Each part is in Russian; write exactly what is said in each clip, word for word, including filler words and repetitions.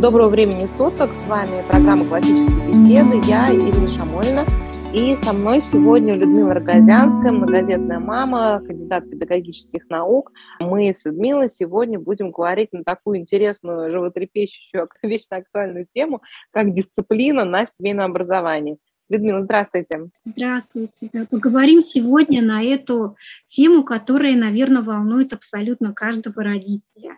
Доброго времени суток, с вами программа «Классические беседы», я Ирина Шамольна, и со мной сегодня Людмила Рогозянская, многодетная мама, кандидат педагогических наук. Мы с Людмилой сегодня будем говорить на такую интересную, животрепещущую, вечно актуальную тему, как дисциплина на семейном образовании. Людмила, здравствуйте. Здравствуйте. Да, поговорим сегодня на эту тему, которая, наверное, волнует абсолютно каждого родителя.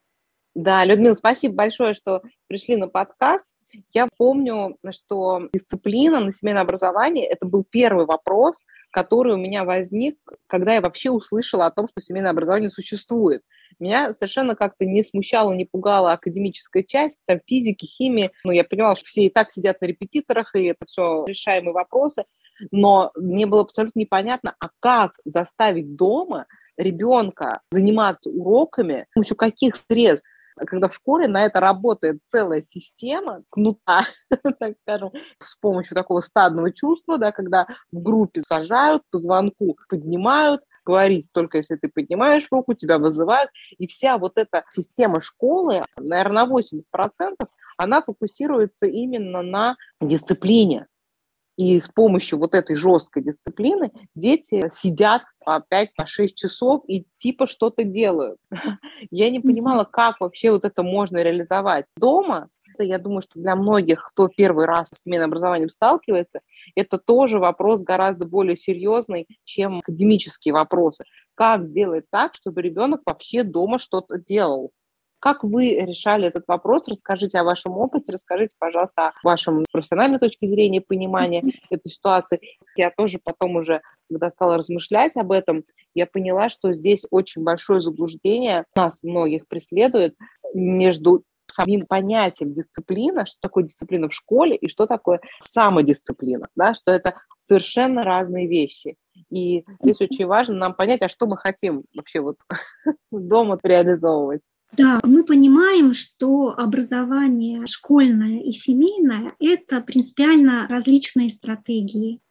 Да, Людмила, спасибо большое, что пришли на подкаст. Я помню, что дисциплина на семейном образовании – это был первый вопрос, который у меня возник, когда я вообще услышала о том, что семейное образование существует. Меня совершенно как-то не смущала, не пугала академическая часть, там физики, химии. Ну, я понимала, что все и так сидят на репетиторах, и это все решаемые вопросы. Но мне было абсолютно непонятно, а как заставить дома ребенка заниматься уроками, с помощью каких средств, когда в школе на это работает целая система кнута, так скажем, с помощью такого стадного чувства, да, когда в группе сажают, по звонку поднимают, говорить только если ты поднимаешь руку, тебя вызывают, и вся вот эта система школы, наверное, на восемьдесят процентов, она фокусируется именно на дисциплине. И с помощью вот этой жесткой дисциплины дети сидят по пять-шесть часов и типа что-то делают. Я не понимала, как вообще вот это можно реализовать дома. Я думаю, что для многих, кто первый раз с семейным образованием сталкивается, это тоже вопрос гораздо более серьезный, чем академические вопросы. Как сделать так, чтобы ребенок вообще дома что-то делал? Как вы решали этот вопрос? Расскажите о вашем опыте, расскажите, пожалуйста, о вашем профессиональной точке зрения, понимания этой ситуации. Я тоже потом уже, когда стала размышлять об этом, я поняла, что здесь очень большое заблуждение, нас многих преследует между самим понятием дисциплина, что такое дисциплина в школе и что такое самодисциплина, да, что это совершенно разные вещи. И здесь очень важно нам понять, а что мы хотим вообще вот дома реализовывать. Да, мы понимаем, что образование школьное и семейное – это принципиально различные стратегии.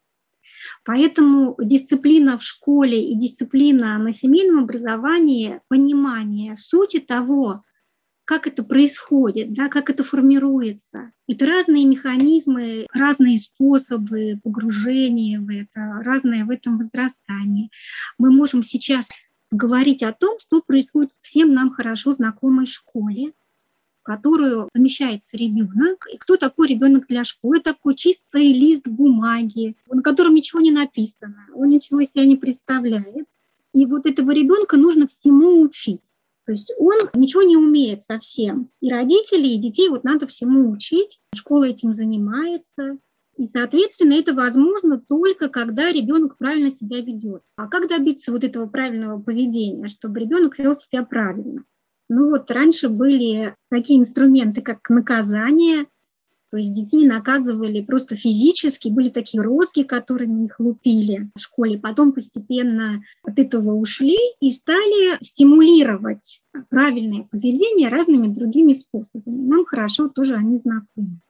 Поэтому дисциплина в школе и дисциплина на семейном образовании, понимание сути того, как это происходит, да, как это формируется. Это разные механизмы, разные способы погружения в это, разное в этом возрастание. Мы можем сейчас говорить о том, что происходит в всем нам хорошо знакомой школе, в которую помещается ребенок. И кто такой ребенок для школы? Это такой чистый лист бумаги, на котором ничего не написано, он ничего из себя не представляет. И вот этого ребенка нужно всему учить. То есть он ничего не умеет совсем. И родителей, и детей вот надо всему учить. Школа этим занимается. И, соответственно, это возможно только когда ребенок правильно себя ведет. А как добиться вот этого правильного поведения, чтобы ребенок вел себя правильно? Ну вот раньше были такие инструменты, как наказание, то есть детей наказывали просто физически, были такие розги, которыми их лупили в школе. Потом постепенно от этого ушли и стали стимулировать правильное поведение разными другими способами. Нам хорошо тоже они знакомы.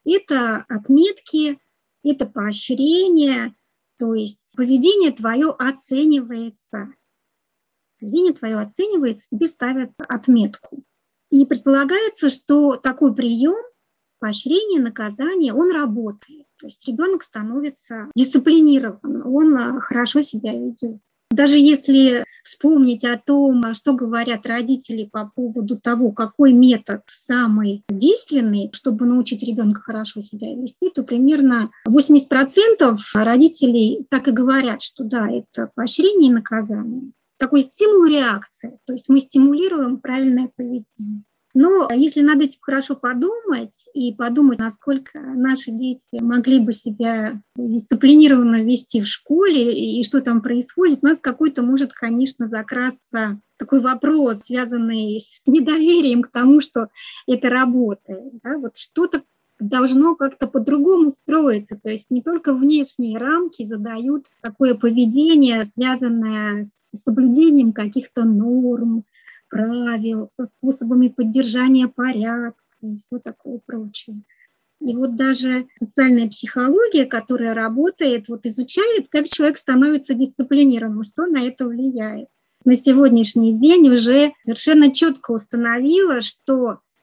Это отметки, это поощрение, то есть поведение твое оценивается. Поведение твое оценивается, тебе ставят отметку. И предполагается, что такой прием, поощрение, наказание, он работает. То есть ребенок становится дисциплинированным, он хорошо себя ведет. Даже если вспомнить о том, что говорят родители по поводу того, какой метод самый действенный, чтобы научить ребенка хорошо себя вести, то примерно восемьдесят процентов родителей так и говорят, что да, это поощрение и наказание. Такой стимул-реакция, то есть мы стимулируем правильное поведение. Но если над этим хорошо подумать и подумать, насколько наши дети могли бы себя дисциплинированно вести в школе и что там происходит, у нас какой-то может, конечно, закрасться такой вопрос, связанный с недоверием к тому, что это работает. Да? Вот что-то должно как-то по-другому строиться. То есть не только внешние рамки задают такое поведение, связанное с соблюдением каких-то норм, правил, со способами поддержания порядка и все такое прочее. И вот даже социальная психология, которая работает, вот изучает, как человек становится дисциплинированным, что на это влияет. На сегодняшний день уже совершенно четко установила, что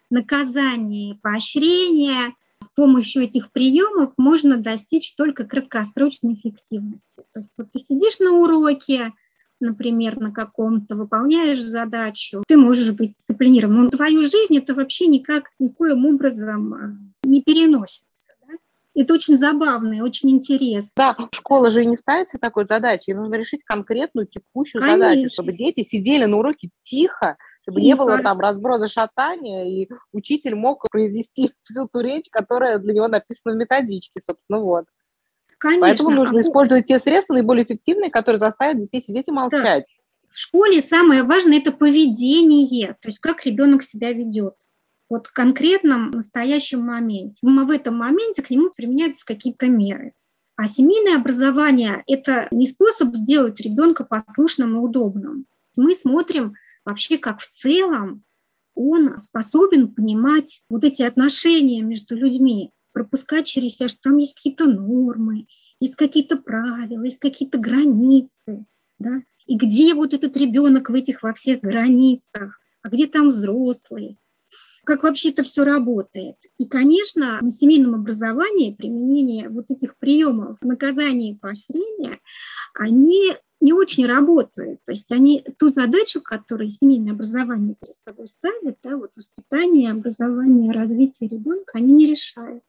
наказание и поощрение, с помощью этих приемов можно достичь только краткосрочной эффективности. То есть вот ты сидишь на уроке, например, на каком-то, выполняешь задачу, ты можешь быть дисциплинирован, но твою жизнь это вообще никак, никоим образом не переносится. Да? Это очень забавно и очень интересно. Да, школа же и не ставит себе такой задачи, ей нужно решить конкретную текущую Конечно. задачу, чтобы дети сидели на уроке тихо, чтобы не было там разброда шатания, и учитель мог произнести всю ту речь, которая для него написана в методичке, собственно, вот. Конечно. Поэтому нужно а использовать те средства наиболее эффективные, которые заставят детей сидеть и молчать. Да. В школе самое важное – это поведение, то есть как ребенок себя ведет. Вот в конкретном настоящем моменте. В этом моменте к нему применяются какие-то меры. А семейное образование – это не способ сделать ребенка послушным и удобным. Мы смотрим вообще, как в целом он способен понимать вот эти отношения между людьми, пропускать через себя, что там есть какие-то нормы, есть какие-то правила, есть какие-то границы, да? И где вот этот ребенок в этих во всех границах, а где там взрослые, как вообще это все работает. И, конечно, на семейном образовании применение вот этих приемов наказания и поощрения, они не очень работают. То есть они ту задачу, которую семейное образование перед собой ставит, да, вот воспитание, образование, развитие ребенка, они не решают.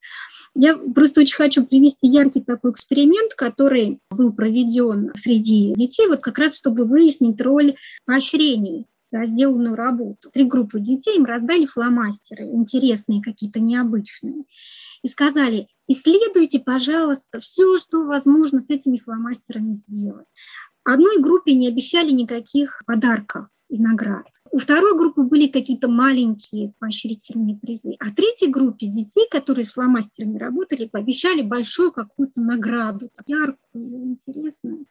Я просто очень хочу привести яркий такой эксперимент, который был проведен среди детей, вот как раз чтобы выяснить роль поощрений за сделанную работу. Три группы детей, им раздали фломастеры, интересные какие-то, необычные, и сказали: исследуйте, пожалуйста, все, что возможно с этими фломастерами сделать. Одной группе не обещали никаких подарков и наград. У второй группы были какие-то маленькие поощрительные призы. А третьей группе детей, которые с фломастерами работали, пообещали большую какую-то награду, яркую, интересную.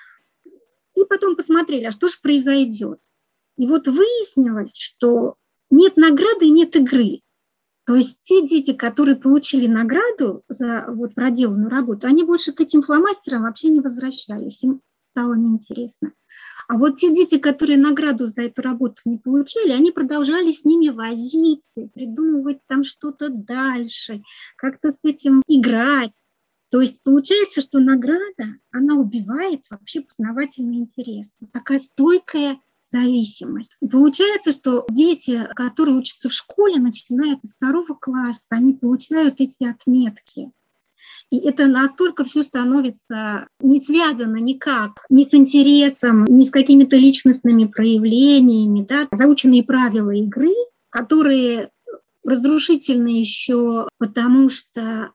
И потом посмотрели, а что же произойдет. И вот выяснилось, что нет награды и нет игры. То есть те дети, которые получили награду за вот проделанную работу, они больше к этим фломастерам вообще не возвращались, им стало неинтересно. А вот те дети, которые награду за эту работу не получили, они продолжали с ними возиться, придумывать там что-то дальше, как-то с этим играть. То есть получается, что награда, она убивает вообще познавательный интерес. Такая стойкая зависимость. И получается, что дети, которые учатся в школе, начиная со второго класса, они получают эти отметки. И это настолько все становится не связано никак ни с интересом, ни с какими-то личностными проявлениями, да, заученные правила игры, которые разрушительны еще потому, что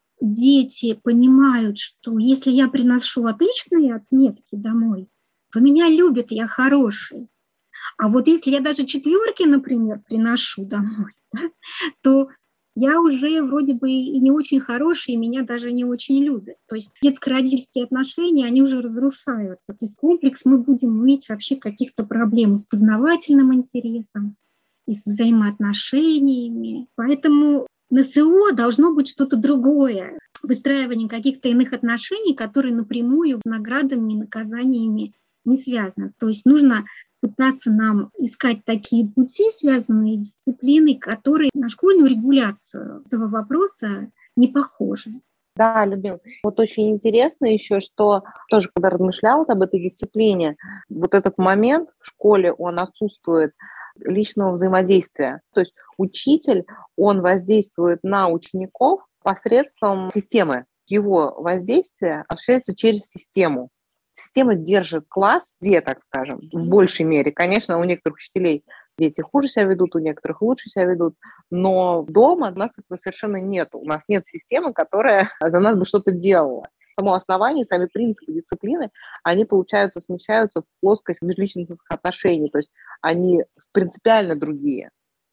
дети понимают, что если я приношу отличные отметки домой, то меня любят, я хороший. А вот если я даже четверки, например, приношу домой, да, то я уже вроде бы и не очень хороший, и меня даже не очень любят. То есть детско-родительские отношения, они уже разрушаются. То есть комплекс мы будем иметь вообще каких-то проблем с познавательным интересом и с взаимоотношениями. Поэтому на СО должно быть что-то другое. Выстраивание каких-то иных отношений, которые напрямую с наградами и наказаниями не связаны. То есть нужно пытаться нам искать такие пути, связанные с дисциплиной, которые на школьную регуляцию этого вопроса не похожи. Да, Людмила, вот очень интересно еще, что тоже, когда размышляла об этой дисциплине, вот этот момент в школе, он отсутствует личного взаимодействия. То есть учитель, он воздействует на учеников посредством системы. Его воздействие осуществляется через систему. Система держит класс, где, так скажем, в большей мере. Конечно, у некоторых учителей дети хуже себя ведут, у некоторых лучше себя ведут, но дома у нас этого совершенно нет. У нас нет системы, которая за нас бы что-то делала. Само основание, сами принципы дисциплины, они, получаются, смещаются в плоскость межличностных отношений, то есть они принципиально другие.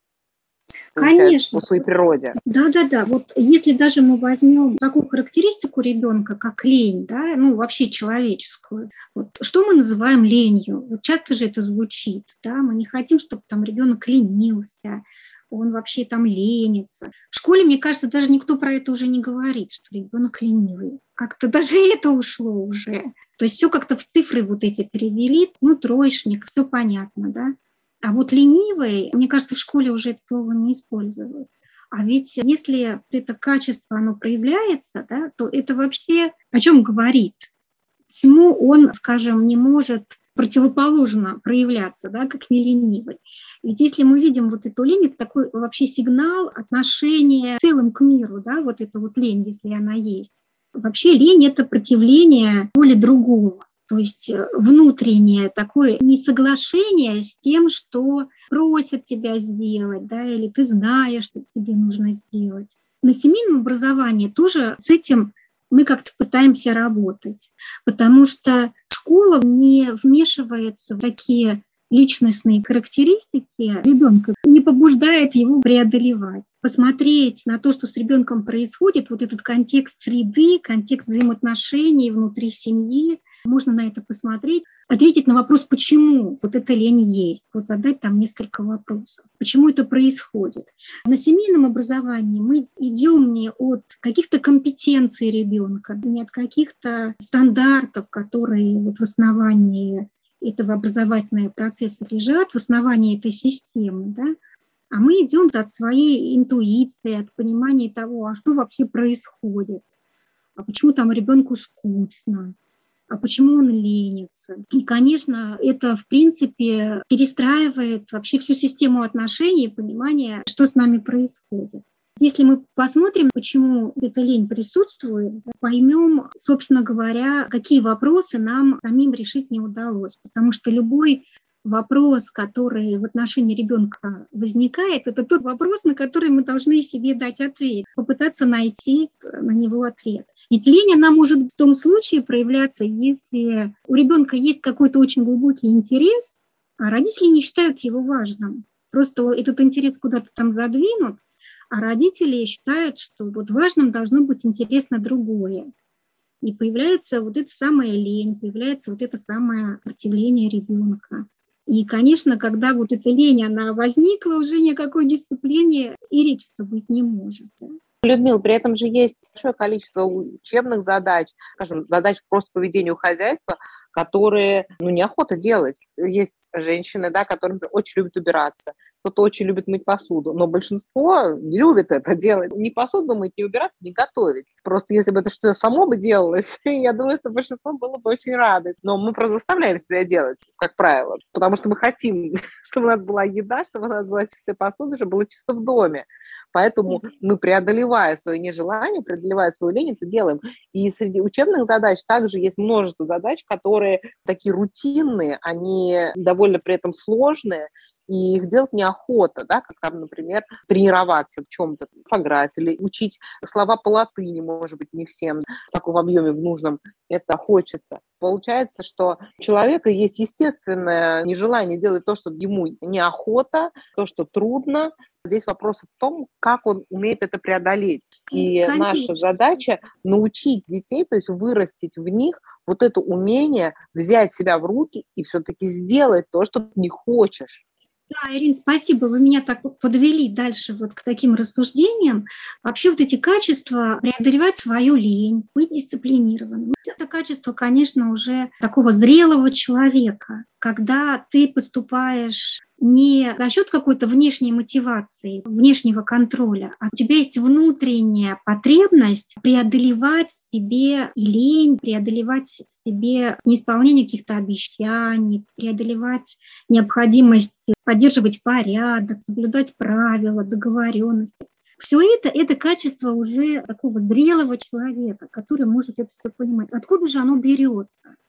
Конечно. По своей природе. Да-да-да. Вот если даже мы возьмем такую характеристику ребенка, как лень, да, ну вообще человеческую, вот, что мы называем ленью? Вот часто же это звучит, да, мы не хотим, чтобы там ребенок ленился, он вообще там ленится. В школе, мне кажется, даже никто про это уже не говорит, что ребенок ленивый. Как-то даже это ушло уже. То есть все как-то в цифры вот эти перевели, ну, троечник, все понятно, да. А вот ленивый, мне кажется, в школе уже это слово не используют. А ведь если это качество, оно проявляется, да, то это вообще о чем говорит? Почему он, скажем, не может противоположно проявляться, да, как не ленивый? Ведь если мы видим вот эту лень, это такой вообще сигнал отношения в целом к миру, да, вот эта вот лень, если она есть. Вообще лень – это противление воле другого. То есть внутреннее такое несоглашение с тем, что просят тебя сделать, да, или ты знаешь, что тебе нужно сделать. На семейном образовании тоже с этим мы как-то пытаемся работать, потому что школа не вмешивается в такие личностные характеристики ребенка, не побуждает его преодолевать. Посмотреть на то, что с ребенком происходит, вот этот контекст среды, контекст взаимоотношений внутри семьи, можно на это посмотреть, ответить на вопрос, почему вот эта лень есть, вот задать там несколько вопросов, почему это происходит. На семейном образовании мы идем не от каких-то компетенций ребенка, не от каких-то стандартов, которые вот в основании этого образовательного процесса лежат, в основании этой системы, да, а мы идем от своей интуиции, от понимания того, а что вообще происходит, а почему там ребенку скучно, а почему он ленится. И, конечно, это, в принципе, перестраивает вообще всю систему отношений и понимания, что с нами происходит. Если мы посмотрим, почему эта лень присутствует, поймем, собственно говоря, какие вопросы нам самим решить не удалось. Потому что любой вопрос, который в отношении ребенка возникает, это тот вопрос, на который мы должны себе дать ответ, попытаться найти на него ответ. Ведь лень, она может в том случае проявляться, если у ребенка есть какой-то очень глубокий интерес, а родители не считают его важным. Просто этот интерес куда-то там задвинут, а родители считают, что вот важным должно быть интересно другое. И появляется вот эта самая лень, появляется вот это самое сопротивление ребенка. И, конечно, когда вот эта лень, она возникла, уже никакой дисциплине и речи-то быть не может. Да? Людмила, при этом же есть большое количество учебных задач, скажем, задач просто по ведению хозяйства, которые, ну, неохота делать. Есть женщины, да, которые очень любят убираться, кто-то очень любит мыть посуду, но большинство не любит это делать. Ни посуду мыть, ни убираться, ни готовить. Просто если бы это все само бы делалось, я думаю, что большинство было бы очень рады. Но мы просто заставляем себя делать, как правило, потому что мы хотим, чтобы у нас была еда, чтобы у нас была чистая посуда, чтобы было чисто в доме. Поэтому мы, преодолевая свое нежелание, преодолевая свою лень, это делаем. И среди учебных задач также есть множество задач, которые такие рутинные, они довольно при этом сложные, и их делать неохота, да, как там, например, тренироваться в чем-то, фотографии, или учить слова по латыни, может быть, не всем в таком объеме в нужном это хочется. Получается, что у человека есть естественное нежелание делать то, что ему неохота, то, что трудно. Здесь вопрос в том, как он умеет это преодолеть. И Конечно. Наша задача научить детей, то есть вырастить в них вот это умение взять себя в руки и все-таки сделать то, что ты не хочешь. Да, Ирина, спасибо. Вы меня так подвели дальше вот к таким рассуждениям. Вообще вот эти качества, преодолевать свою лень, быть дисциплинированным, это качество, конечно, уже такого зрелого человека, когда ты поступаешь не за счет какой-то внешней мотивации, внешнего контроля, а у тебя есть внутренняя потребность преодолевать в себе лень, преодолевать в себе неисполнение каких-то обещаний, преодолевать необходимость поддерживать порядок, соблюдать правила, договоренности. Все это – это качество уже такого зрелого человека, который может это все понимать. Откуда же оно берется?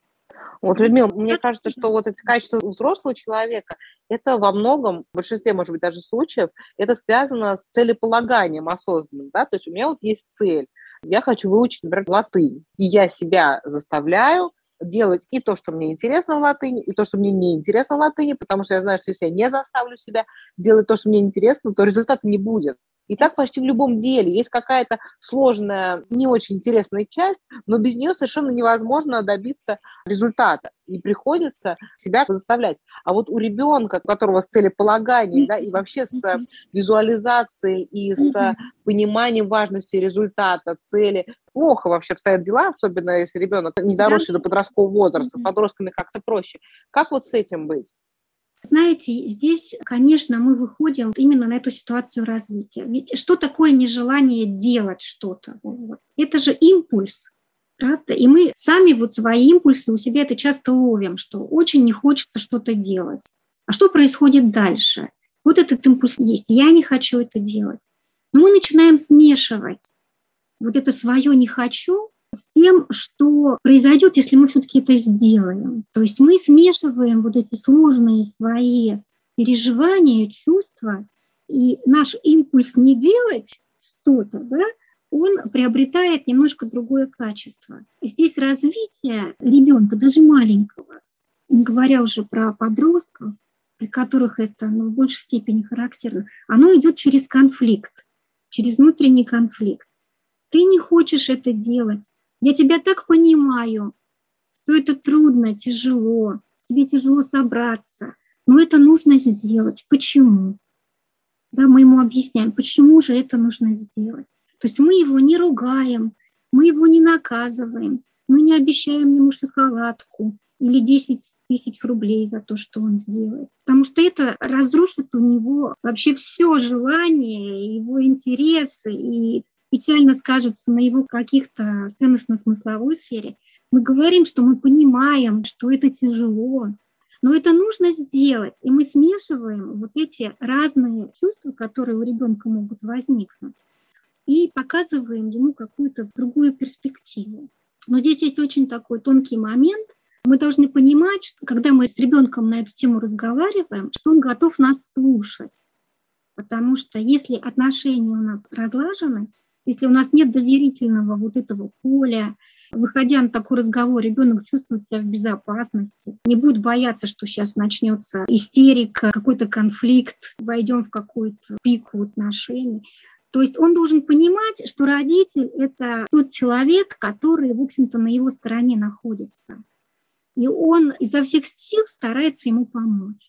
Вот, Людмила, мне кажется, что вот эти качества у взрослого человека, это во многом, в большинстве, может быть, даже случаев, это связано с целеполаганием осознанным, да, то есть у меня вот есть цель, я хочу выучить, например, латынь, и я себя заставляю делать и то, что мне интересно в латыни, и то, что мне не интересно в латыни, потому что я знаю, что если я не заставлю себя делать то, что мне интересно, то результата не будет. И так почти в любом деле. Есть какая-то сложная, не очень интересная часть, но без нее совершенно невозможно добиться результата. И приходится себя заставлять. А вот у ребенка, у которого с целеполаганием, да, и вообще с визуализацией и с пониманием важности результата, цели, плохо вообще обстоят дела, особенно если ребенок не доросший до подросткового возраста, с подростками как-то проще. Как вот с этим быть? Знаете, здесь, конечно, мы выходим именно на эту ситуацию развития. Ведь что такое нежелание делать что-то? Это же импульс, правда? И мы сами вот свои импульсы у себя это часто ловим, что очень не хочется что-то делать. А что происходит дальше? Вот этот импульс есть. Я не хочу это делать. Но мы начинаем смешивать вот это свое «не хочу» с тем, что произойдет, если мы все-таки это сделаем. То есть мы смешиваем вот эти сложные свои переживания, чувства, и наш импульс не делать что-то, да, он приобретает немножко другое качество. Здесь развитие ребенка, даже маленького, не говоря уже про подростков, для которых это ну, в большей степени характерно, оно идет через конфликт, через внутренний конфликт. Ты не хочешь это делать. Я тебя так понимаю, что это трудно, тяжело, тебе тяжело собраться, но это нужно сделать. Почему? Да, мы ему объясняем, почему же это нужно сделать. То есть мы его не ругаем, мы его не наказываем, мы не обещаем ему шоколадку или десять тысяч рублей за то, что он сделает. Потому что это разрушит у него вообще все желание, его интересы и печально скажется на его каких-то ценностно-смысловой сфере. Мы говорим, что мы понимаем, что это тяжело, но это нужно сделать. И мы смешиваем вот эти разные чувства, которые у ребенка могут возникнуть, и показываем ему какую-то другую перспективу. Но здесь есть очень такой тонкий момент. Мы должны понимать, что когда мы с ребенком на эту тему разговариваем, что он готов нас слушать. Потому что если отношения у нас разлажены, если у нас нет доверительного вот этого поля, выходя на такой разговор, ребенок чувствует себя в безопасности, не будет бояться, что сейчас начнется истерика, какой-то конфликт, войдем в какую-то пику отношений. То есть он должен понимать, что родитель – это тот человек, который, в общем-то, на его стороне находится. И он изо всех сил старается ему помочь.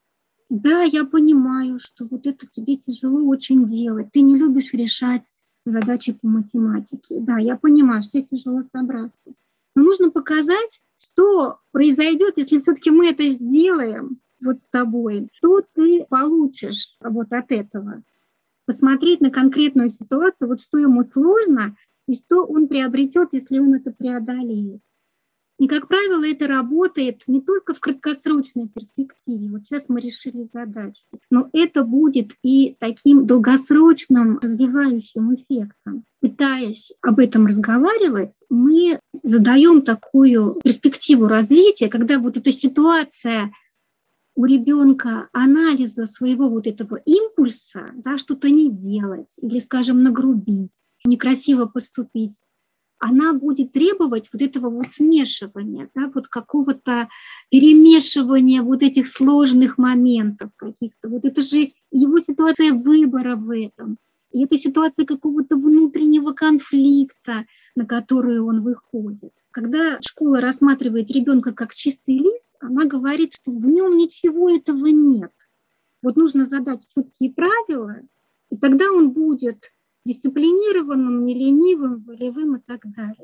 Да, я понимаю, что вот это тебе тяжело очень делать. Ты не любишь решать задачи по математике. Да, я понимаю, что тебе тяжело собраться. Но нужно показать, что произойдет, если все-таки мы это сделаем вот с тобой. Что ты получишь вот от этого? Посмотреть на конкретную ситуацию, вот что ему сложно и что он приобретет, если он это преодолеет. И, как правило, это работает не только в краткосрочной перспективе. Вот сейчас мы решили задачу, но это будет и таким долгосрочным развивающим эффектом. Пытаясь об этом разговаривать, мы задаем такую перспективу развития, когда вот эта ситуация у ребенка анализа своего вот этого импульса, да, что-то не делать или, скажем, нагрубить, некрасиво поступить, она будет требовать вот этого вот смешивания, да, вот какого-то перемешивания вот этих сложных моментов каких-то. Вот это же его ситуация выбора в этом. И это ситуация какого-то внутреннего конфликта, на которую он выходит. Когда школа рассматривает ребенка как чистый лист, она говорит, что в нем ничего этого нет. Вот нужно задать четкие правила, и тогда он будет дисциплинированным, не ленивым, волевым и так далее.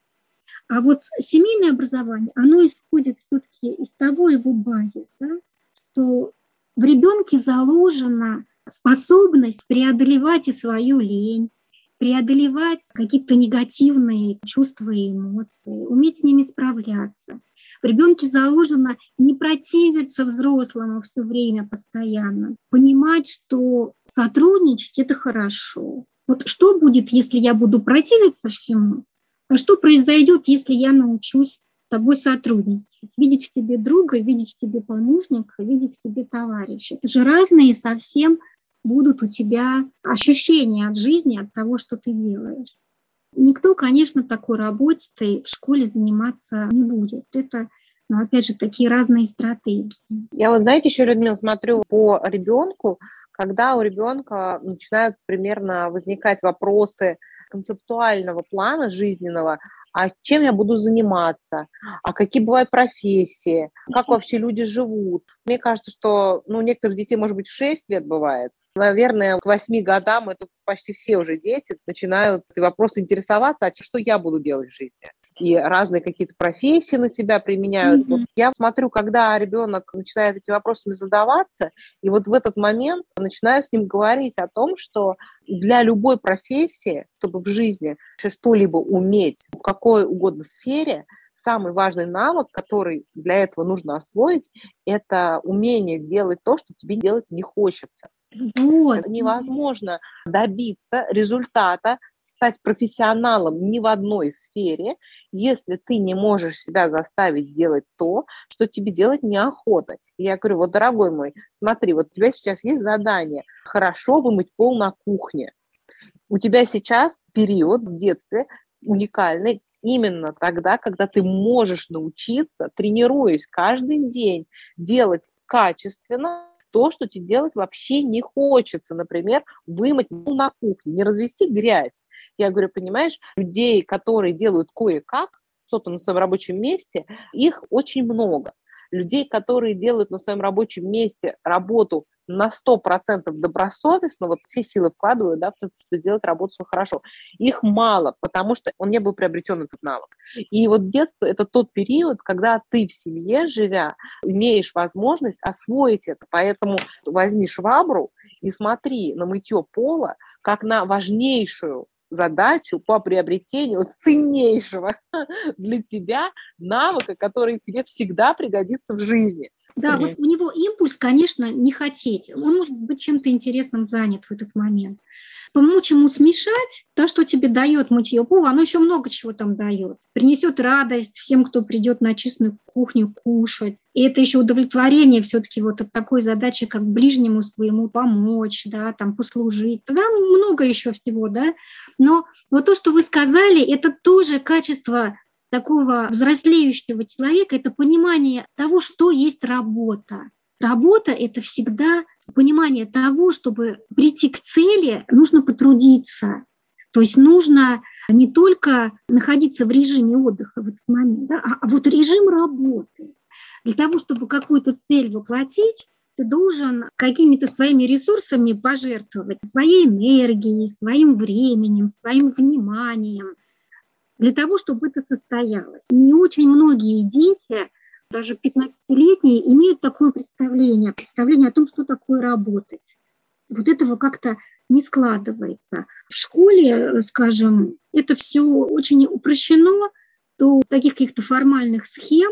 А вот семейное образование, оно исходит все-таки из того его базиса, да, что в ребенке заложена способность преодолевать и свою лень, преодолевать какие-то негативные чувства и эмоции, уметь с ними справляться. В ребенке заложено не противиться взрослому все время постоянно, понимать, что сотрудничать – это хорошо. Вот что будет, если я буду противиться всему? А что произойдет, если я научусь с тобой сотрудничать? Видеть в тебе друга, видеть в тебе помощника, видеть в тебе товарища. Это же разные совсем будут у тебя ощущения от жизни, от того, что ты делаешь. Никто, конечно, такой работой в школе заниматься не будет. Это, ну, опять же, такие разные стратегии. Я вот, знаете, еще, Людмила, смотрю по ребенку, когда у ребенка начинают примерно возникать вопросы концептуального плана жизненного, а чем я буду заниматься, а какие бывают профессии, как вообще люди живут. Мне кажется, что ну, у некоторых детей, может быть, в шесть лет бывает. Наверное, к восьми годам это почти все уже дети начинают вопросы интересоваться, а что я буду делать в жизни. и разные какие-то профессии на себя применяют. Mm-hmm. Вот я смотрю, когда ребенок начинает эти вопросами задаваться, и вот в этот момент начинаю с ним говорить о том, что для любой профессии, чтобы в жизни что-либо уметь в какой угодно сфере, самый важный навык, который для этого нужно освоить, это умение делать то, что тебе делать не хочется. Вот. Невозможно добиться результата, стать профессионалом ни в одной сфере, если ты не можешь себя заставить делать то, что тебе делать неохота. И я говорю, вот, дорогой мой, смотри, вот у тебя сейчас есть задание хорошо вымыть пол на кухне. У тебя сейчас период в детстве уникальный, именно тогда, когда ты можешь научиться, тренируясь каждый день, делать качественно то, что тебе делать вообще не хочется. Например, вымыть пол на кухне, не развести грязь. Я говорю, понимаешь, людей, которые делают кое-как что-то на своем рабочем месте, их очень много. Людей, которые делают на своем рабочем месте работу на сто процентов добросовестно, вот все силы вкладывают, да, в то, что делать работу свою хорошо. Их мало, потому что он не был приобретен, этот навык. И вот детство – это тот период, когда ты в семье, живя, имеешь возможность освоить это. Поэтому возьми швабру и смотри на мытье пола как на важнейшую задачу по приобретению ценнейшего для тебя навыка, который тебе всегда пригодится в жизни. Да, вот у него импульс, конечно, не хотеть. Он может быть чем-то интересным занят в этот момент. Помочь ему смешать то, что тебе дает мытье пола, оно еще много чего там дает. Принесет радость всем, кто придет на чистую кухню кушать. И это еще удовлетворение все-таки вот от такой задачи, как ближнему своему помочь, да, там послужить. Тогда много еще всего, да. Но вот то, что вы сказали, это тоже качество такого взрослеющего человека, это понимание того, что есть работа. Работа – это всегда понимание того, чтобы прийти к цели, нужно потрудиться. То есть нужно не только находиться в режиме отдыха в этот момент, да, а вот режим работы. Для того, чтобы какую-то цель воплотить, ты должен какими-то своими ресурсами пожертвовать, своей энергией, своим временем, своим вниманием, для того, чтобы это состоялось. Не очень многие дети, даже пятнадцатилетние, имеют такое представление, представление о том, что такое работать. Вот этого как-то не складывается. В школе, скажем, это все очень упрощено до таких каких-то формальных схем,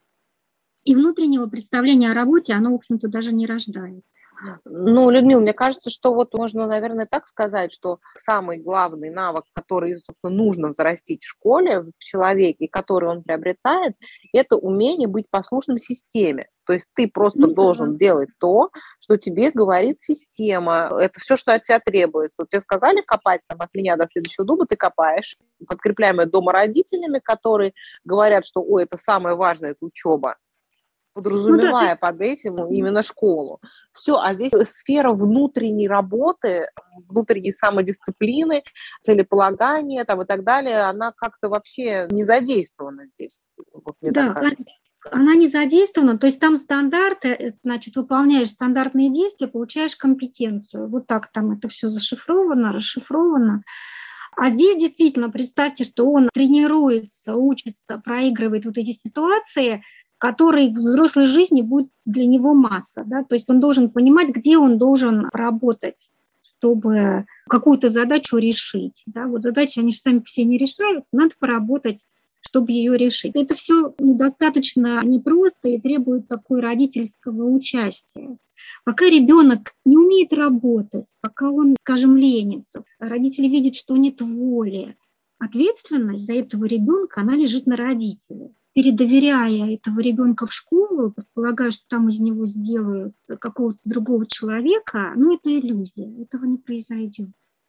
и внутреннего представления о работе оно, в общем-то, даже не рождается. Ну, Людмила, мне кажется, что вот можно, наверное, так сказать, что самый главный навык, который, собственно, нужно взрастить в школе, в человеке, который он приобретает, это умение быть послушным системе. То есть ты просто ну, должен да. делать то, что тебе говорит система. Это все, что от тебя требуется. Вот тебе сказали копать там, от меня до следующего дуба, ты копаешь. Подкрепляемое дома родителями, которые говорят, что ой, это самое важное, это учеба, подразумевая ну, да. под этим именно школу. Все, а здесь сфера внутренней работы, внутренней самодисциплины, целеполагания там, и так далее, она как-то вообще не задействована здесь. Вот мне да, так кажется. Она не задействована, то есть там стандарты, значит, выполняешь стандартные действия, получаешь компетенцию. Вот так там это все зашифровано, расшифровано. А здесь действительно, представьте, что он тренируется, учится, проигрывает вот эти ситуации, которые в взрослой жизни будет для него масса. Да? То есть он должен понимать, где он должен работать, чтобы какую-то задачу решить. Да? Вот задачи, они же сами все не решаются, надо поработать, чтобы ее решить. Это все достаточно непросто и требует такой родительского участия. Пока ребенок не умеет работать, пока он, скажем, ленится, родители видят, что нет воли, ответственность за этого ребенка, она лежит на родителях. Передоверяя этого ребенка в школу, предполагая, что там из него сделают какого-то другого человека, ну, это иллюзия, этого не произойдет.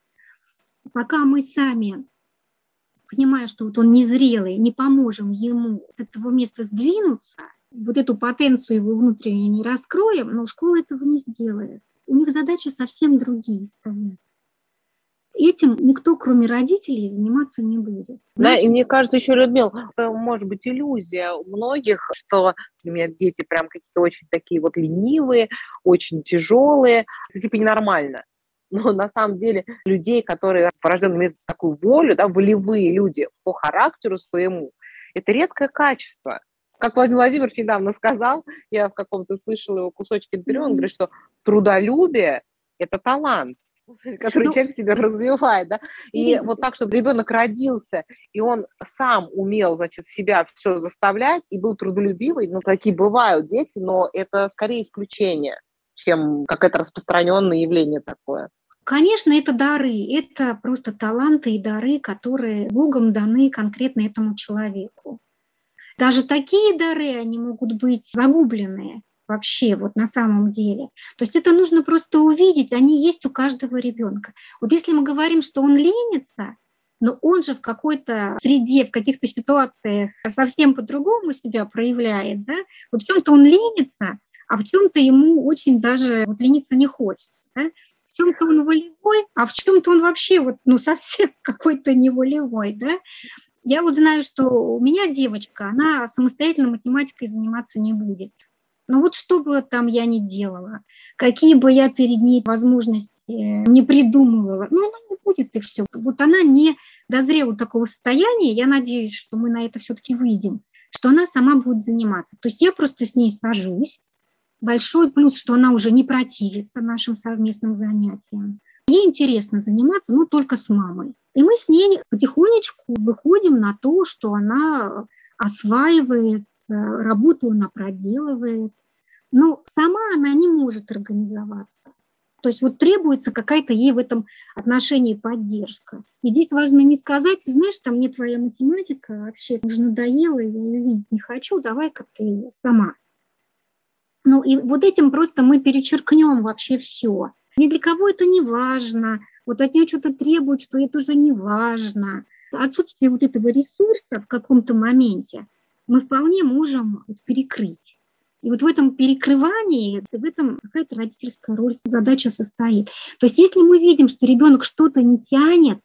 Пока мы сами, понимая, что вот он незрелый, не поможем ему с этого места сдвинуться, вот эту потенцию его внутреннюю не раскроем, но школа этого не сделает. У них задачи совсем другие стоят. Этим никто, кроме родителей, заниматься не будет. Да, и мне кажется, еще, Людмила, может быть иллюзия у многих, что у меня дети прям какие-то очень такие вот ленивые, очень тяжелые. Это типа ненормально. Но на самом деле людей, которые по рождению имеют такую волю, да, волевые люди по характеру своему, это редкое качество. Как Владимир Владимирович недавно сказал, я в каком-то слышала его кусочке интервью, он говорит, что трудолюбие – это талант, который ну, человек в себе развивает, да, и нет. Вот так, чтобы ребенок родился, и он сам умел, значит, себя все заставлять, и был трудолюбивый, ну, такие бывают дети, но это скорее исключение, чем какое-то распространенное явление такое. Конечно, это дары, это просто таланты и дары, которые Богом даны конкретно этому человеку. Даже такие дары, они могут быть загубленные вообще вот на самом деле. То есть это нужно просто увидеть, они есть у каждого ребенка. Вот если мы говорим, что он ленится, но он же в какой-то среде, в каких-то ситуациях совсем по-другому себя проявляет, да? Вот в чем-то он ленится, а в чем-то ему очень даже вот лениться не хочется, да? В чем-то он волевой, а в чем-то он вообще вот, ну, совсем какой-то не волевой, да? Я вот знаю, что у меня девочка, она самостоятельно математикой заниматься не будет. Но вот что бы там я ни делала, какие бы я перед ней возможности не придумывала, ну, она не будет, и все. Вот она не дозрела до такого состояния, я надеюсь, что мы на это все-таки выйдем, что она сама будет заниматься. То есть я просто с ней сажусь. Большой плюс, что она уже не противится нашим совместным занятиям. Ей интересно заниматься, но только с мамой. И мы с ней потихонечку выходим на то, что она осваивает, работу она проделывает. Но сама она не может организоваться. То есть вот требуется какая-то ей в этом отношении поддержка. И здесь важно не сказать, ты знаешь, там мне твоя математика вообще уже надоела, я ее видеть не хочу, давай-ка ты сама. Ну и вот этим просто мы перечеркнем вообще все. Ни для кого это не важно. Вот от нее что-то требуют, что это уже не важно. Отсутствие вот этого ресурса в каком-то моменте мы вполне можем перекрыть. И вот в этом перекрывании, в этом какая-то родительская роль, задача состоит. То есть если мы видим, что ребенок что-то не тянет,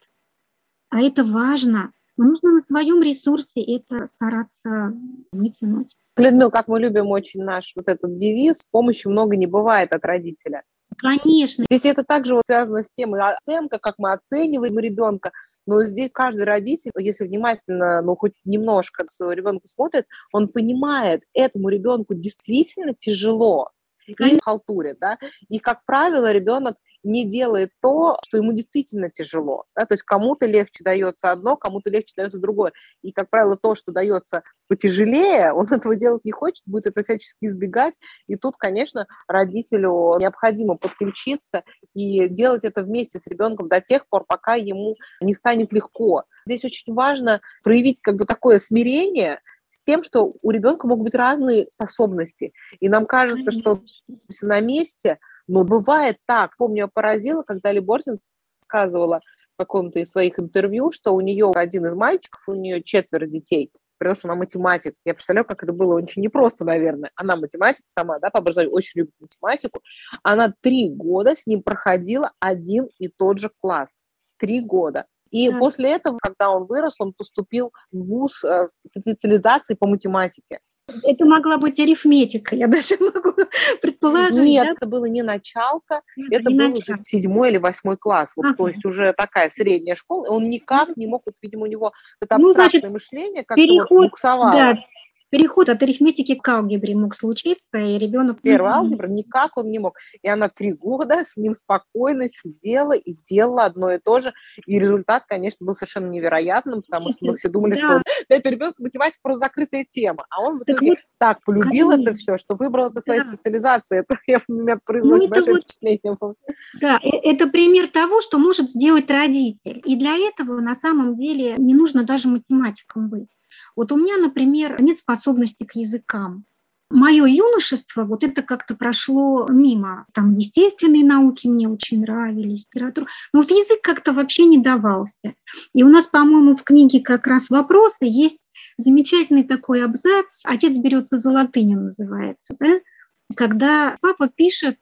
а это важно, нужно на своем ресурсе это стараться вытянуть. Людмила, как мы любим очень наш вот этот девиз, помощи много не бывает от родителя. Конечно. Здесь это также вот связано с темой оценка, как мы оцениваем ребенка. Но здесь каждый родитель, если внимательно, ну хоть немножко к своему ребенку смотрит, он понимает, этому ребенку действительно тяжело или халтурит, да. И, как правило, ребенок не делает то, что ему действительно тяжело. Да? То есть кому-то легче дается одно, кому-то легче дается другое. И, как правило, то, что дается потяжелее, он этого делать не хочет, будет это всячески избегать. И тут, конечно, родителю необходимо подключиться и делать это вместе с ребенком до тех пор, пока ему не станет легко. Здесь очень важно проявить как бы такое смирение с тем, что у ребенка могут быть разные способности. И нам кажется, что все на месте. Но бывает так. Помню, я поразила, когда Ли Бортин сказывала в каком-то из своих интервью, что у нее один из мальчиков, у нее четверо детей, потому что она математик. Я представляю, как это было очень непросто, наверное. Она математик сама, да, по образованию очень любит математику. Она три года с ним проходила один и тот же класс. Три года. И да. После этого, когда он вырос, он поступил в вуз с специализацией по математике. Это могла быть арифметика, я даже могу предположить. Нет, да? это было не началка, Нет, это не был началка. уже седьмой или восьмой класс, вот, ага. То есть уже такая средняя школа, и он никак не мог, вот, видимо, у него это абстрактное ну, значит, мышление как-то переход, вот буксовало. Да. Переход от арифметики к алгебре мог случиться, и ребенок... Первая алгебра, никак он не мог. И она три года с ним спокойно сидела и делала одно и то же. И результат, конечно, был совершенно невероятным, потому что мы все думали, да. что для этого ребенка математика просто закрытая тема. А он в итоге так, вот, так полюбил конечно. Это все, что выбрал это своей да. специализацией. Это я, у меня производит ну, большое вот, впечатление. Да, это пример того, что может сделать родитель. И для этого на самом деле не нужно даже математиком быть. Вот у меня, например, нет способности к языкам. Мое юношество, вот это как-то прошло мимо. Там естественные науки мне очень нравились, литература. Но вот язык как-то вообще не давался. И у нас, по-моему, в книге как раз «Вопросы» есть замечательный такой абзац. «Отец берется за латынь» называется, да? Когда папа пишет,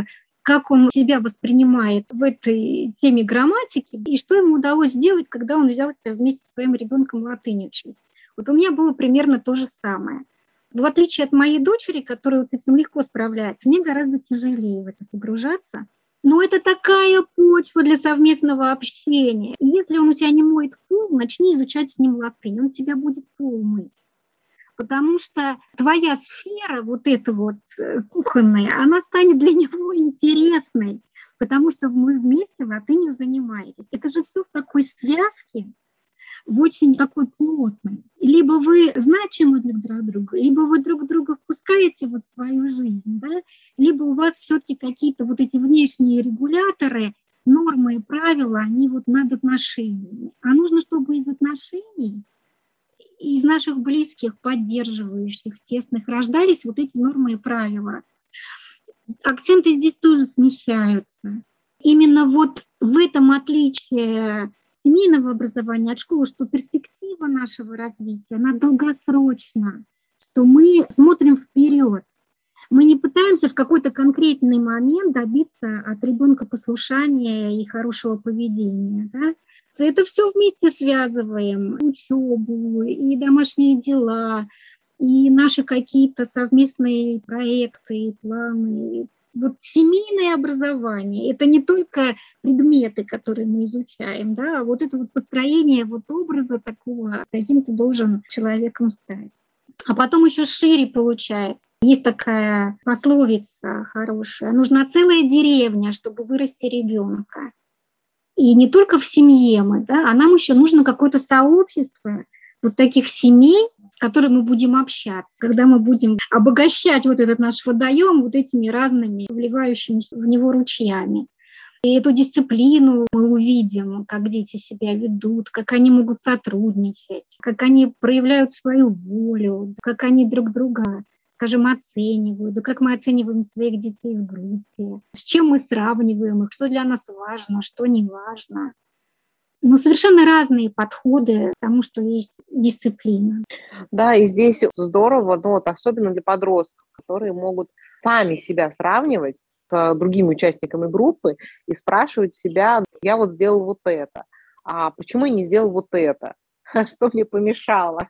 как он себя воспринимает в этой теме грамматики, и что ему удалось сделать, когда он взялся вместе со своим ребенком латынь учить. Вот у меня было примерно то же самое. В отличие от моей дочери, которая вот с этим легко справляется, мне гораздо тяжелее в это погружаться. Но это такая почва для совместного общения. И если он у тебя не моет пол, начни изучать с ним латынь, он тебя будет пол мыть. потому что твоя сфера, вот эта вот э, кухонная, она станет для него интересной, потому что мы вместе латынью занимаетесь. Это же все в такой связке, в очень такой плотной. Либо вы значимы друг для друга, либо вы друг друга впускаете вот в свою жизнь, да? Либо у вас все-таки какие-то вот эти внешние регуляторы, нормы и правила, они вот над отношениями. А нужно, чтобы из отношений, из наших близких, поддерживающих, тесных, рождались вот эти нормы и правила. Акценты здесь тоже смещаются. Именно вот в этом отличие семейного образования от школы, что перспектива нашего развития, она долгосрочна, что мы смотрим вперед. Мы не пытаемся в какой-то конкретный момент добиться от ребенка послушания и хорошего поведения. Да? Это все вместе связываем. Учебу, и домашние дела, и наши какие-то совместные проекты, планы. Вот семейное образование – это не только предметы, которые мы изучаем, да, а вот это вот построение вот образа такого, каким ты должен человеком стать. А потом еще шире получается. Есть такая пословица хорошая: нужна целая деревня, чтобы вырасти ребенка. И не только в семье мы, да, а нам еще нужно какое-то сообщество вот таких семей, с которыми мы будем общаться, когда мы будем обогащать вот этот наш водоем вот этими разными вливающимися в него ручьями. И эту дисциплину мы увидим, как дети себя ведут, как они могут сотрудничать, как они проявляют свою волю, как они друг друга, скажем, оценивают, да как мы оцениваем своих детей в группе, с чем мы сравниваем их, что для нас важно, что не важно. Но совершенно разные подходы к тому, что есть дисциплина. Да, и здесь здорово, но вот особенно для подростков, которые могут сами себя сравнивать с другими участниками группы и спрашивать себя: я вот сделал вот это, а почему я не сделал вот это, что мне помешало?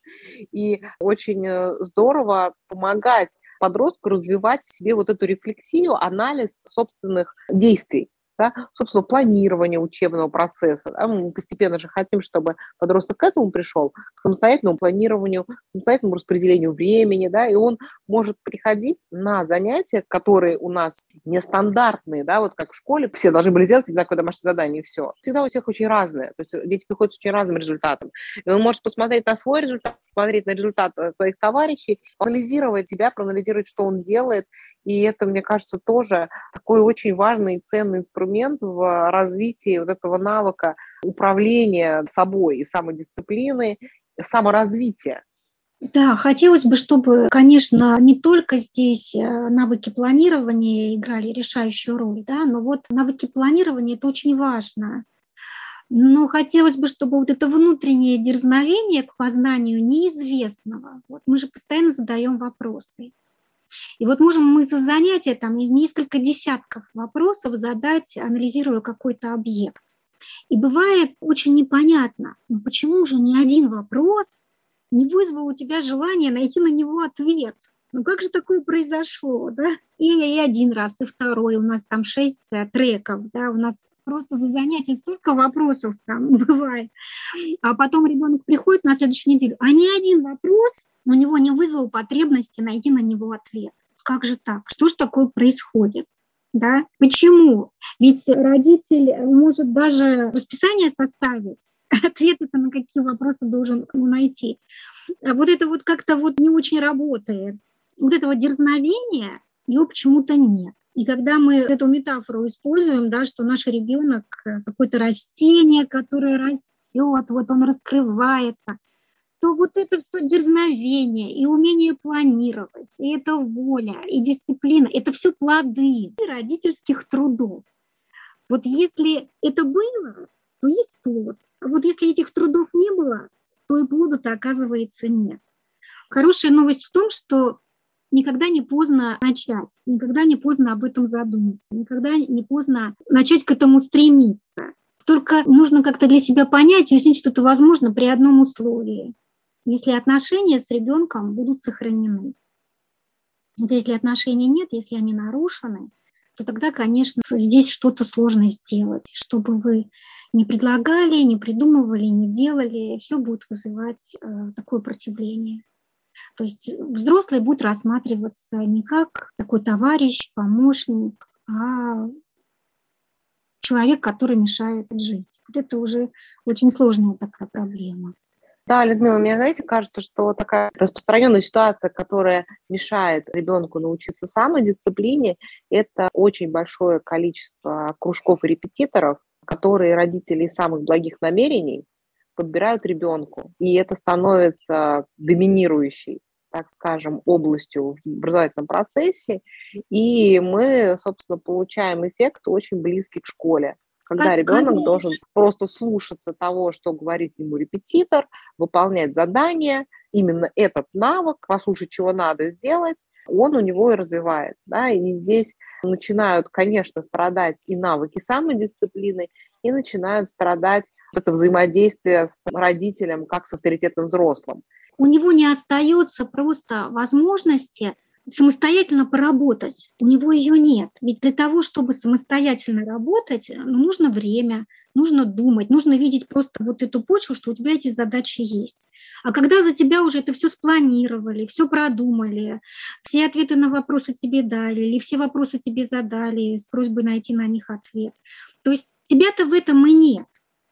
И очень здорово помогать подростку развивать в себе вот эту рефлексию, анализ собственных действий. Да, собственно, планирование учебного процесса. Да, мы постепенно же хотим, чтобы подросток к этому пришел, к самостоятельному планированию, к самостоятельному распределению времени, да, и он может приходить на занятия, которые у нас нестандартные, да, вот как в школе, все должны были сделать одинаковое домашнее задание, и все. Всегда у всех очень разное, то есть дети приходят с очень разным результатом. И он может посмотреть на свой результат, посмотреть на результат своих товарищей, анализировать себя, проанализировать, что он делает, и это, мне кажется, тоже такой очень важный и ценный инструмент в развитии вот этого навыка управления собой и самодисциплины, саморазвития. Да, хотелось бы, чтобы, конечно, не только здесь навыки планирования играли решающую роль, да, но вот навыки планирования – это очень важно. Но хотелось бы, чтобы вот это внутреннее дерзновение к познанию неизвестного, вот мы же постоянно задаем вопросы. И вот можем мы за занятие там несколько десятков вопросов задать, анализируя какой-то объект. И бывает очень непонятно, ну почему же ни один вопрос не вызвал у тебя желание найти на него ответ? Ну как же такое произошло, да? И, и один раз, и второй, у нас там шесть треков, да, у нас просто за занятие столько вопросов там бывает. А потом ребенок приходит на следующую неделю, а ни один вопрос у него не вызвал потребности найти на него ответ. Как же так? Что же такое происходит? Да? Почему? Ведь родитель может даже расписание составить, ответы на какие вопросы должен найти. А вот это вот как-то вот не очень работает. Вот этого дерзновения его почему-то нет. И когда мы эту метафору используем, да, что наш ребенок какое-то растение, которое растет, вот он раскрывается, то вот это все дерзновение и умение планировать, и это воля, и дисциплина, это все плоды родительских трудов. Вот если это было, то есть плод. А вот если этих трудов не было, то и плода-то, оказывается, нет. Хорошая новость в том, что никогда не поздно начать, никогда не поздно об этом задуматься, никогда не поздно начать к этому стремиться. Только нужно как-то для себя понять, если что-то возможно при одном условии. Если отношения с ребенком будут сохранены. Вот если отношений нет, если они нарушены, то тогда, конечно, здесь что-то сложно сделать. Чтобы вы не предлагали, не придумывали, не делали, все будет вызывать э, такое противление. То есть взрослый будет рассматриваться не как такой товарищ, помощник, а человек, который мешает жить. Вот это уже очень сложная такая проблема. Да, Людмила, мне, знаете, кажется, что такая распространенная ситуация, которая мешает ребенку научиться самодисциплине, это очень большое количество кружков и репетиторов, которые родители из самых благих намерений подбирают ребенку. И это становится доминирующей, так скажем, областью в образовательном процессе. И мы, собственно, получаем эффект очень близкий к школе, когда ребенок должен просто слушаться того, что говорит ему репетитор, выполнять задания, именно этот навык, послушать, чего надо сделать, он у него и развивается. Да? И здесь начинают, конечно, страдать и навыки самодисциплины, и начинают страдать вот это взаимодействие с родителем, как с авторитетным взрослым. У него не остается просто возможности самостоятельно поработать. У него ее нет. Ведь для того, чтобы самостоятельно работать, нужно время, нужно думать, нужно видеть просто вот эту почву, что у тебя эти задачи есть. А когда за тебя уже это все спланировали, все продумали, все ответы на вопросы тебе дали, или все вопросы тебе задали с просьбой найти на них ответ, то есть тебя-то в этом и нет.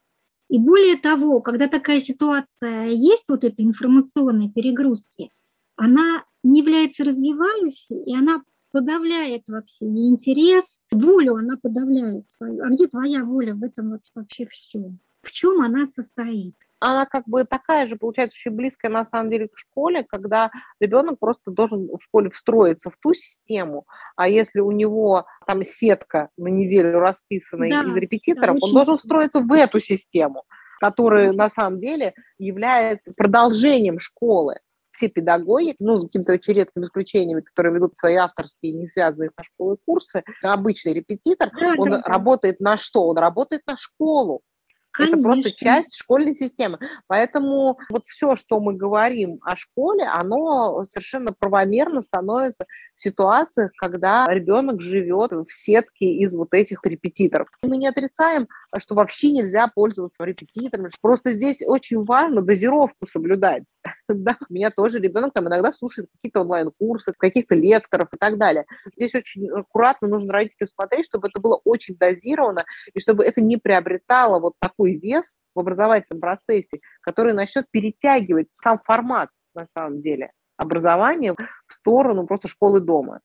И более того, когда такая ситуация есть, вот этой информационной перегрузки, она не является развивающей, и она подавляет вообще и интерес, волю она подавляет. А где твоя воля в этом вот вообще все? В чем она состоит? Она как бы такая же, получается, очень близкая на самом деле к школе, когда ребенок просто должен в школе встроиться в ту систему, а если у него там сетка на неделю расписана да, из репетиторов, да, он должен встроиться в эту систему, которая на самом деле является продолжением школы. Все педагоги, ну, с какими-то очень редкими исключениями, которые ведут свои авторские, не связанные со школой курсы, обычный репетитор, да, он да, работает да. на что? Он работает на школу. Конечно. Это просто часть школьной системы. Поэтому вот все, что мы говорим о школе, оно совершенно правомерно становится в ситуациях, когда ребенок живет в сетке из вот этих репетиторов. Мы не отрицаем, что вообще нельзя пользоваться репетиторами. Просто здесь очень важно дозировку соблюдать. Да, у меня тоже ребенок там иногда слушает какие-то онлайн-курсы, каких-то лекторов и так далее. Здесь очень аккуратно нужно родителям смотреть, чтобы это было очень дозировано, и чтобы это не приобретало вот такой вес в образовательном процессе, который начнет перетягивать сам формат, на самом деле, образования в сторону просто школы дома.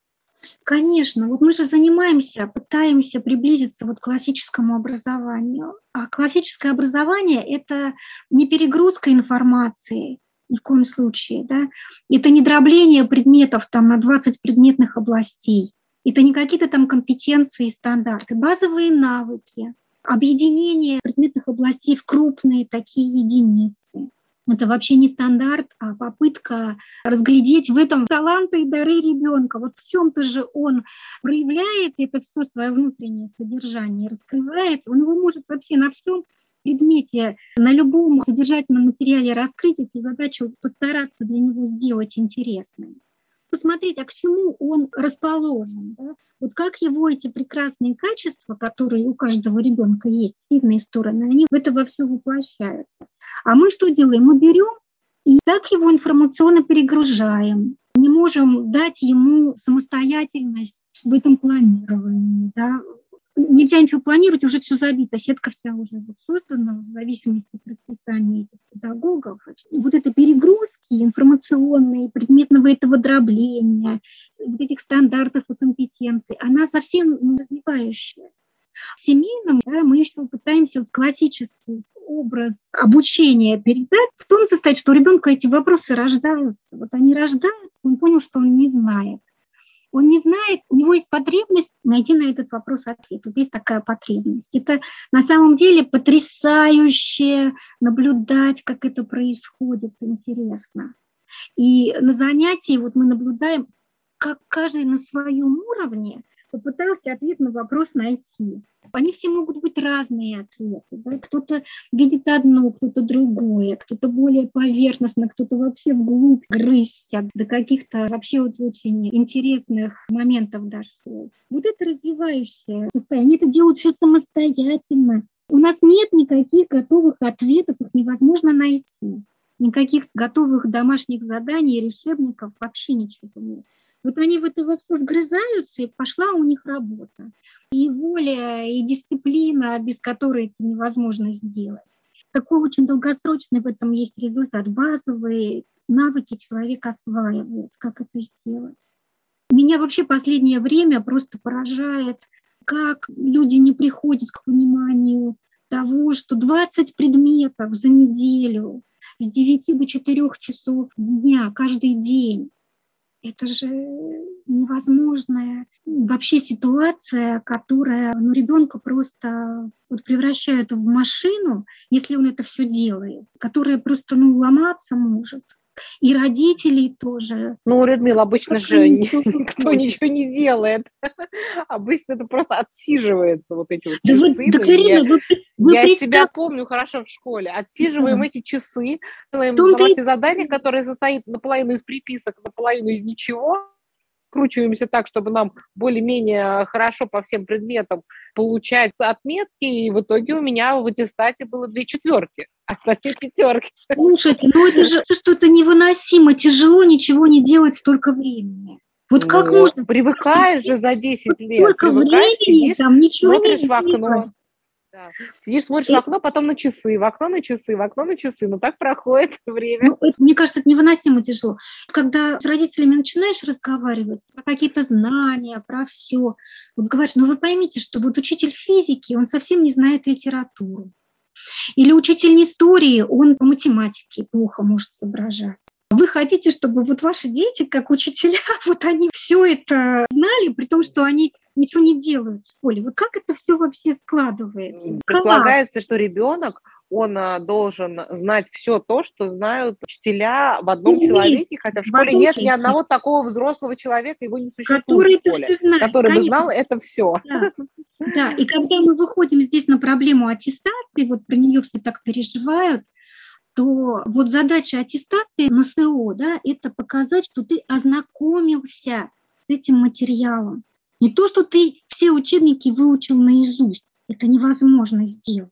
Конечно, вот мы же занимаемся, пытаемся приблизиться вот к классическому образованию. А классическое образование – это не перегрузка информации, ни в коем случае, да? Это не дробление предметов там, на двадцать предметных областей, это не какие-то там компетенции и стандарты, базовые навыки, объединение предметных областей в крупные такие единицы. Это вообще не стандарт, а попытка разглядеть в этом таланты и дары ребенка. Вот в чем-то же он проявляет это все свое внутреннее содержание, раскрывает. Он его может вообще на всем предмете, на любом содержательном материале раскрыть, если задача постараться для него сделать интересной. Посмотреть, а к чему он расположен. Да? Вот как его эти прекрасные качества, которые у каждого ребенка есть, сильные стороны, они в это во все воплощаются. А мы что делаем? Мы берем и так его информационно перегружаем. Не можем дать ему самостоятельность в этом планировании. Да? Нельзя ничего планировать, уже все забито, сетка вся уже вот создана в зависимости от расписания этих педагогов. Вот это перегрузки информационные, предметного этого дробления, вот этих стандартов и компетенций, она совсем не развивающая. В семейном да, мы еще пытаемся вот классический образ обучения передать, в том состоит, что у ребенка эти вопросы рождаются. Вот они рождаются, он понял, что он не знает. Он не знает, у него есть потребность найти на этот вопрос ответ. Вот есть такая потребность. Это на самом деле потрясающе наблюдать, как это происходит, интересно. И на занятии вот мы наблюдаем, как каждый на своем уровне попытался ответ на вопрос найти. Они все могут быть разные ответы. Да? Кто-то видит одно, кто-то другое, кто-то более поверхностно, кто-то вообще вглубь грызся до каких-то вообще вот очень интересных моментов дошел. Вот это развивающее состояние. Они это делают все самостоятельно. У нас нет никаких готовых ответов, их невозможно найти. никаких готовых домашних заданий, решебников, вообще ничего нет. Вот они в это во все вгрызаются, и пошла у них работа. И воля, и дисциплина, без которой это невозможно сделать. Такой очень долгосрочный в этом есть результат. Базовые навыки человек осваивает, как это сделать. Меня вообще последнее время просто поражает, как люди не приходят к пониманию того, что двадцать предметов за неделю с девяти до четырёх часов дня каждый день. Это же невозможная вообще ситуация, которая ну, ребенка просто вот, превращает в машину, если он это все делает, которая просто ну, ломаться может. И родителей тоже. Ну, Людмила, обычно же никто ничего не делает. Обычно это просто отсиживается, вот эти вот да часы. Вы, да, Карина, вы, вы я представь... себя помню хорошо в школе. Отсиживаем да. эти часы, делаем Том домашнее ты... задание, которое состоит наполовину из приписок, наполовину из ничего. Кручиваемся так, чтобы нам более-менее хорошо по всем предметам получать отметки, и в итоге у меня в аттестате было две четверки, а остальные пятерки. Слушайте, ну это же что-то невыносимо, тяжело ничего не делать столько времени. Вот ну, как можно? Привыкаешь же за десять лет, столько времени, сидишь, там ничего смотришь не в окно. Да. Сидишь, смотришь и... в окно, потом на часы, в окно на часы, в окно на часы. Ну, так проходит время. Ну, это, мне кажется, это невыносимо тяжело. Когда с родителями начинаешь разговаривать про какие-то знания, про все, вот говоришь, ну вы поймите, что вот учитель физики, он совсем не знает литературу. Или учитель истории, он по математике плохо может соображать. Вы хотите, чтобы вот ваши дети, как учителя, вот они все это знали, при том, что они ничего не делают в школе. Вот как это все вообще складывается? Предполагается, что ребенок, он должен знать все то, что знают учителя в одном и человеке, есть. Хотя в школе в нет ни одного такого взрослого человека, его не существует который в школе, знает, который конечно. бы знал это все. Да. да, и когда мы выходим здесь на проблему аттестации, вот про нее все так переживают, то вот задача аттестации на СО, да, это показать, что ты ознакомился с этим материалом. Не то, что ты все учебники выучил наизусть, это невозможно сделать.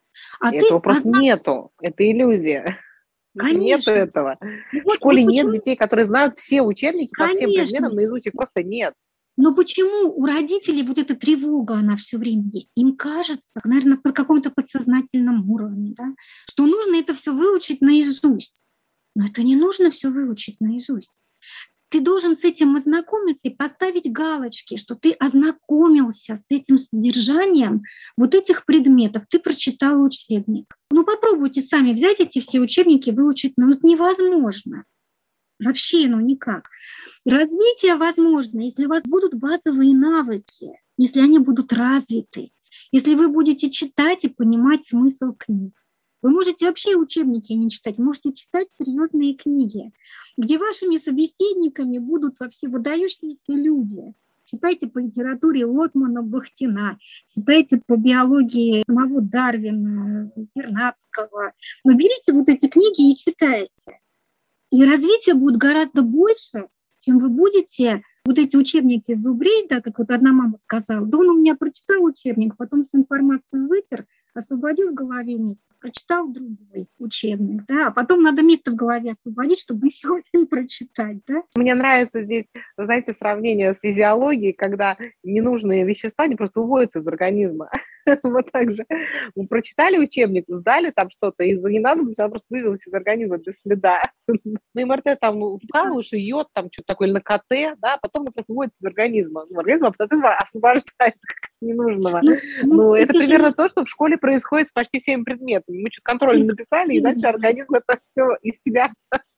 А этого ты просто ознак... нету, это иллюзия. Конечно. Нету этого. Ну, вот, в школе вот нет детей, которые знают все учебники Конечно. По всем предметам наизусть, их просто нет. Но почему у родителей вот эта тревога, она все время есть? Им кажется, наверное, по какому-то подсознательном уровне, да, что нужно это все выучить наизусть. Но это не нужно все выучить наизусть. Ты должен с этим ознакомиться и поставить галочки, что ты ознакомился с этим содержанием вот этих предметов, ты прочитал учебник. Ну попробуйте сами взять эти все учебники и выучить, но это невозможно. Вообще, ну никак. Развитие возможно, если у вас будут базовые навыки, если они будут развиты, если вы будете читать и понимать смысл книг. Вы можете вообще учебники не читать, можете читать серьезные книги, где вашими собеседниками будут вообще выдающиеся люди. Читайте по литературе Лотмана, Бахтина, читайте по биологии самого Дарвина, Вернадского. Но берите вот эти книги и читайте. И развитие будет гораздо больше, чем вы будете вот эти учебники зубрить, да, как вот одна мама сказала, да он у меня прочитал учебник, потом всю информацию вытер, освободил в голове место, прочитал другой учебник, да, а потом надо место в голове освободить, чтобы еще один прочитать, да. Мне нравится здесь, знаете, сравнение с физиологией, когда ненужные вещества, они просто уводятся из организма. Вот так же. Мы прочитали учебник, сдали там что-то, из-за ненадобности она просто вывелась из организма без следа. На МРТ там вкалываешь, йод, там что-то такое, на КТ, да, потом это просто выводится из организма. Ну, организм от этого освобождается как ненужного. Ну, ну, это, это примерно же... то, что в школе происходит с почти всеми предметами. Мы что-то контрольно написали, и дальше организм это все из себя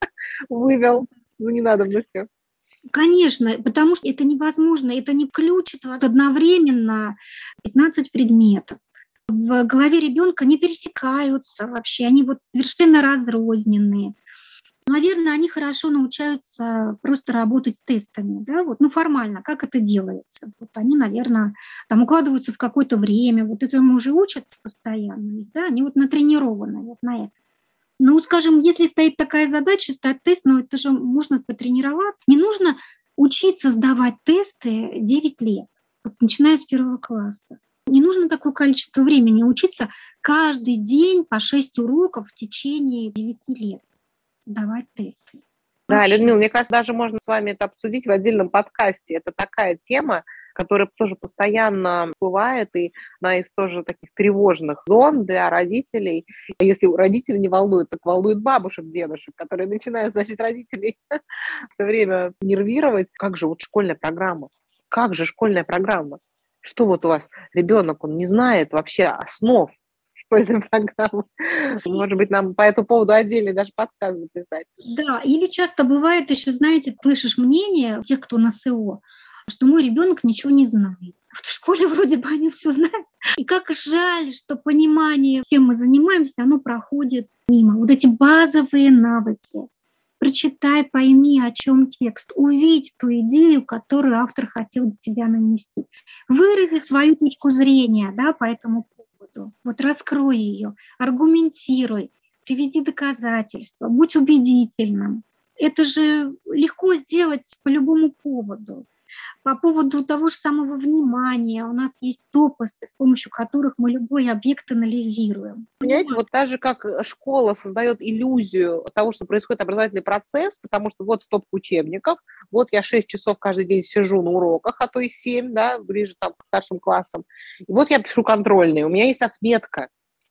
вывел за ненадобностью. Конечно, потому что это невозможно, это не включит одновременно пятнадцать предметов. В голове ребенка не пересекаются вообще, они вот совершенно разрозненные. Наверное, они хорошо научаются просто работать с тестами, да, вот, ну формально, как это делается. Вот они, наверное, там укладываются в какое-то время, вот этому уже учат постоянно, да, они вот натренированы вот на это. Ну, скажем, если стоит такая задача, стать тест, ну, это же можно потренироваться. Не нужно учиться сдавать тесты девять лет, вот, начиная с первого класса. Не нужно такое количество времени учиться каждый день по шесть уроков в течение девяти лет. сдавать тесты. Да, Вообще. Людмила, мне кажется, даже можно с вами это обсудить в отдельном подкасте. Это такая тема, которая тоже постоянно всплывает, и одна из тоже таких тревожных зон для родителей. Если родители не волнуют, так волнует бабушек, дедушек, которые начинают, значит, родителей все время нервировать. Как же вот школьная программа? Как же школьная программа? Что вот у вас ребенок, он не знает вообще основ школьной программы. Может быть, нам по этому поводу отдельный даже подкаст записать. Да, или часто бывает еще, знаете, слышишь мнение тех, кто на СО, что мой ребенок ничего не знает. В школе вроде бы они все знают. И как жаль, что понимание, чем мы занимаемся, оно проходит мимо. Вот эти базовые навыки. Прочитай, пойми, о чем текст. Увидь ту идею, которую автор хотел до тебя нанести. Вырази свою точку зрения, да, по этому поводу. Вот раскрой ее, аргументируй, приведи доказательства, будь убедительным. Это же легко сделать по любому поводу. По поводу того же самого внимания у нас есть топосты, с помощью которых мы любой объект анализируем. Понимаете, вот так же, как школа создает иллюзию того, что происходит образовательный процесс, потому что вот стопка учебников, вот я шесть часов каждый день сижу на уроках, а то и семь, да, ближе там к старшим классам, и вот я пишу контрольные, у меня есть отметка.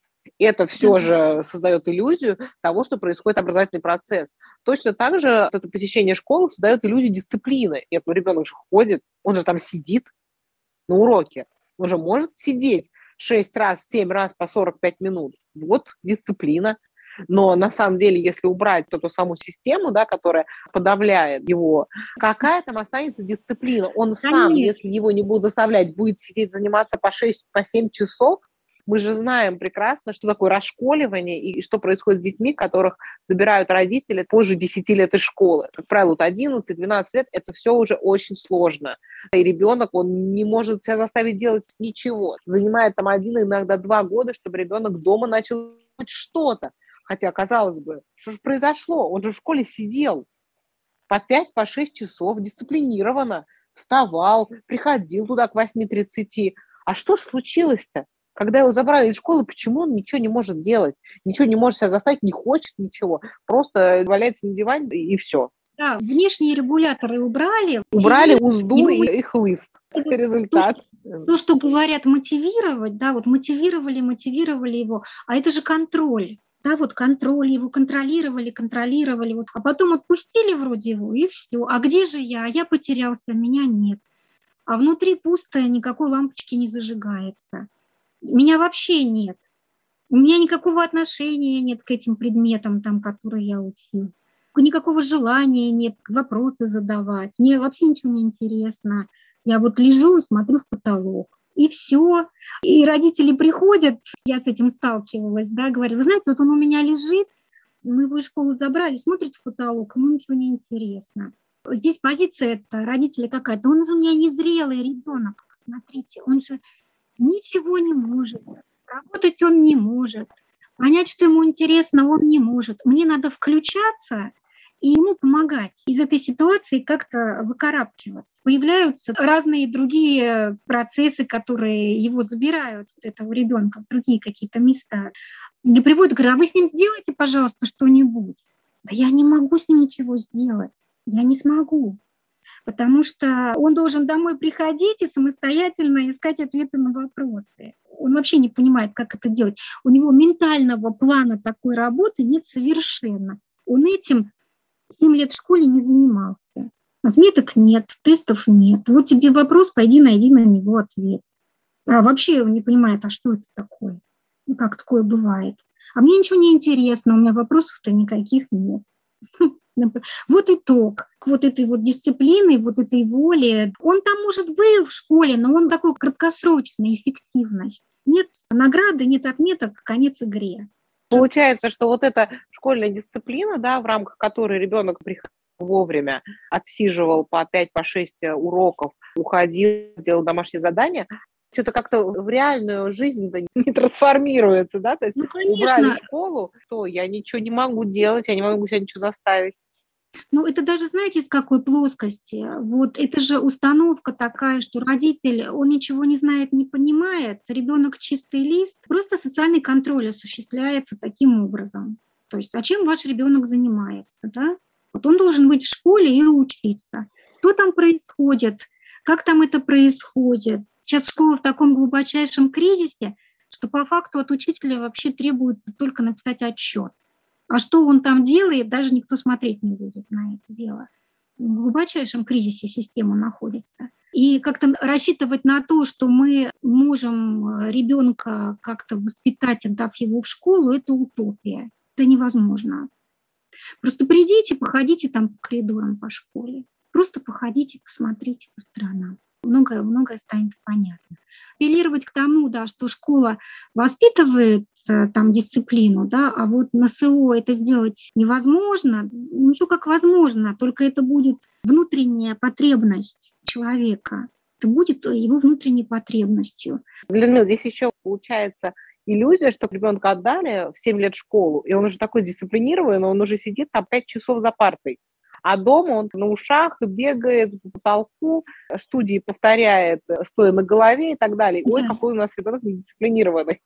Это все же создает иллюзию того, что происходит образовательный процесс. Точно так же это посещение школы создает иллюзию дисциплины. Нет, ну ребенок же ходит, он же там сидит на уроке, он же может сидеть шесть раз, семь раз по сорок пять минут. Вот дисциплина. Но на самом деле, если убрать эту саму систему, да, которая подавляет его, какая там останется дисциплина? Он сам, если его не будут заставлять, будет сидеть, заниматься по шесть, по семь часов. Мы же знаем прекрасно, что такое расшколивание и что происходит с детьми, которых забирают родители позже десяти лет из школы. Как правило, вот одиннадцать-двенадцать лет – это все уже очень сложно. И ребенок, он не может себя заставить делать ничего. Занимает там один, иногда два года, чтобы ребенок дома начал делать что-то. Хотя, казалось бы, что же произошло? Он же в школе сидел по пять, по шесть часов, дисциплинированно, вставал, приходил туда к восьми тридцати. А что же случилось-то? Когда его забрали из школы, почему он ничего не может делать? Ничего не может себя заставить, не хочет ничего. Просто валяется на диване и, и все. Да, внешние регуляторы убрали. Убрали узду и, и хлыст. Результат. То, то, что говорят мотивировать, да, вот мотивировали, мотивировали его. А это же контроль. Да, вот контроль, его контролировали, контролировали. Вот, а потом отпустили вроде его, и все. А где же я? Я потерялся, меня нет. А внутри пустое, никакой лампочки не зажигается. Меня вообще нет. У меня никакого отношения нет к этим предметам, там, которые я учу. Никакого желания нет вопросы задавать. Мне вообще ничего не интересно. Я вот лежу и смотрю в потолок. И все. И родители приходят, я с этим сталкивалась, да, говорят, вы знаете, вот он у меня лежит, мы его из школы забрали, смотрит в потолок, ему ничего не интересно. Здесь позиция это родители какая-то. Он же у меня незрелый ребенок. Смотрите, он же ничего не может, работать он не может, понять, что ему интересно, он не может. Мне надо включаться и ему помогать. Из этой ситуации как-то выкарабкиваться. Появляются разные другие процессы, которые его забирают, вот этого ребенка, в другие какие-то места. И приводят, говорят, а вы с ним сделайте, пожалуйста, что-нибудь. Да я не могу с ним ничего сделать, я не смогу. Потому что он должен домой приходить и самостоятельно искать ответы на вопросы. Он вообще не понимает, как это делать. У него ментального плана такой работы нет совершенно. Он этим семь лет в школе не занимался. Отметок нет, тестов нет. Вот тебе вопрос, пойди найди на него ответ. А вообще он не понимает, а что это такое? Ну, как такое бывает? А мне ничего не интересно, у меня вопросов-то никаких нет. Вот итог вот этой вот дисциплины, вот этой воли. Он там, может, был в школе, но он такой краткосрочный, эффективность. Нет награды, нет отметок, конец игре. Получается, что вот эта школьная дисциплина, да, в рамках которой ребенок приходил вовремя, отсиживал по пять, по шесть уроков, уходил, делал домашние задания, что-то как-то в реальную жизнь не трансформируется, да, то есть ну, убрали школу, что я ничего не могу делать, я не могу себя ничего заставить. Ну, это даже, знаете, из какой плоскости? Вот это же установка такая, что родитель, он ничего не знает, не понимает, ребенок чистый лист, просто социальный контроль осуществляется таким образом. То есть, а чем ваш ребенок занимается, да? Вот он должен быть в школе и учиться. Что там происходит, как там это происходит. Сейчас школа в таком глубочайшем кризисе, что по факту от учителя вообще требуется только написать отчет. А что он там делает, даже никто смотреть не будет на это дело. В глубочайшем кризисе система находится. И как-то рассчитывать на то, что мы можем ребенка как-то воспитать, отдав его в школу, это утопия. Это невозможно. Просто придите, походите там по коридорам по школе. Просто походите, посмотрите по сторонам. Многое, многое станет понятно. Апеллировать к тому, да, что школа воспитывает там дисциплину, да, а вот на СО это сделать невозможно. Ну что как возможно, только это будет внутренняя потребность человека. Это будет его внутренней потребностью. Людмила, здесь еще получается иллюзия, что ребенка отдали в семь лет в школу, и он уже такой дисциплинированный, он уже сидит там пять часов за партой. А дома он на ушах бегает по потолку, студии повторяет, стоя на голове и так далее. Ой, какой у нас ребенок недисциплинированный.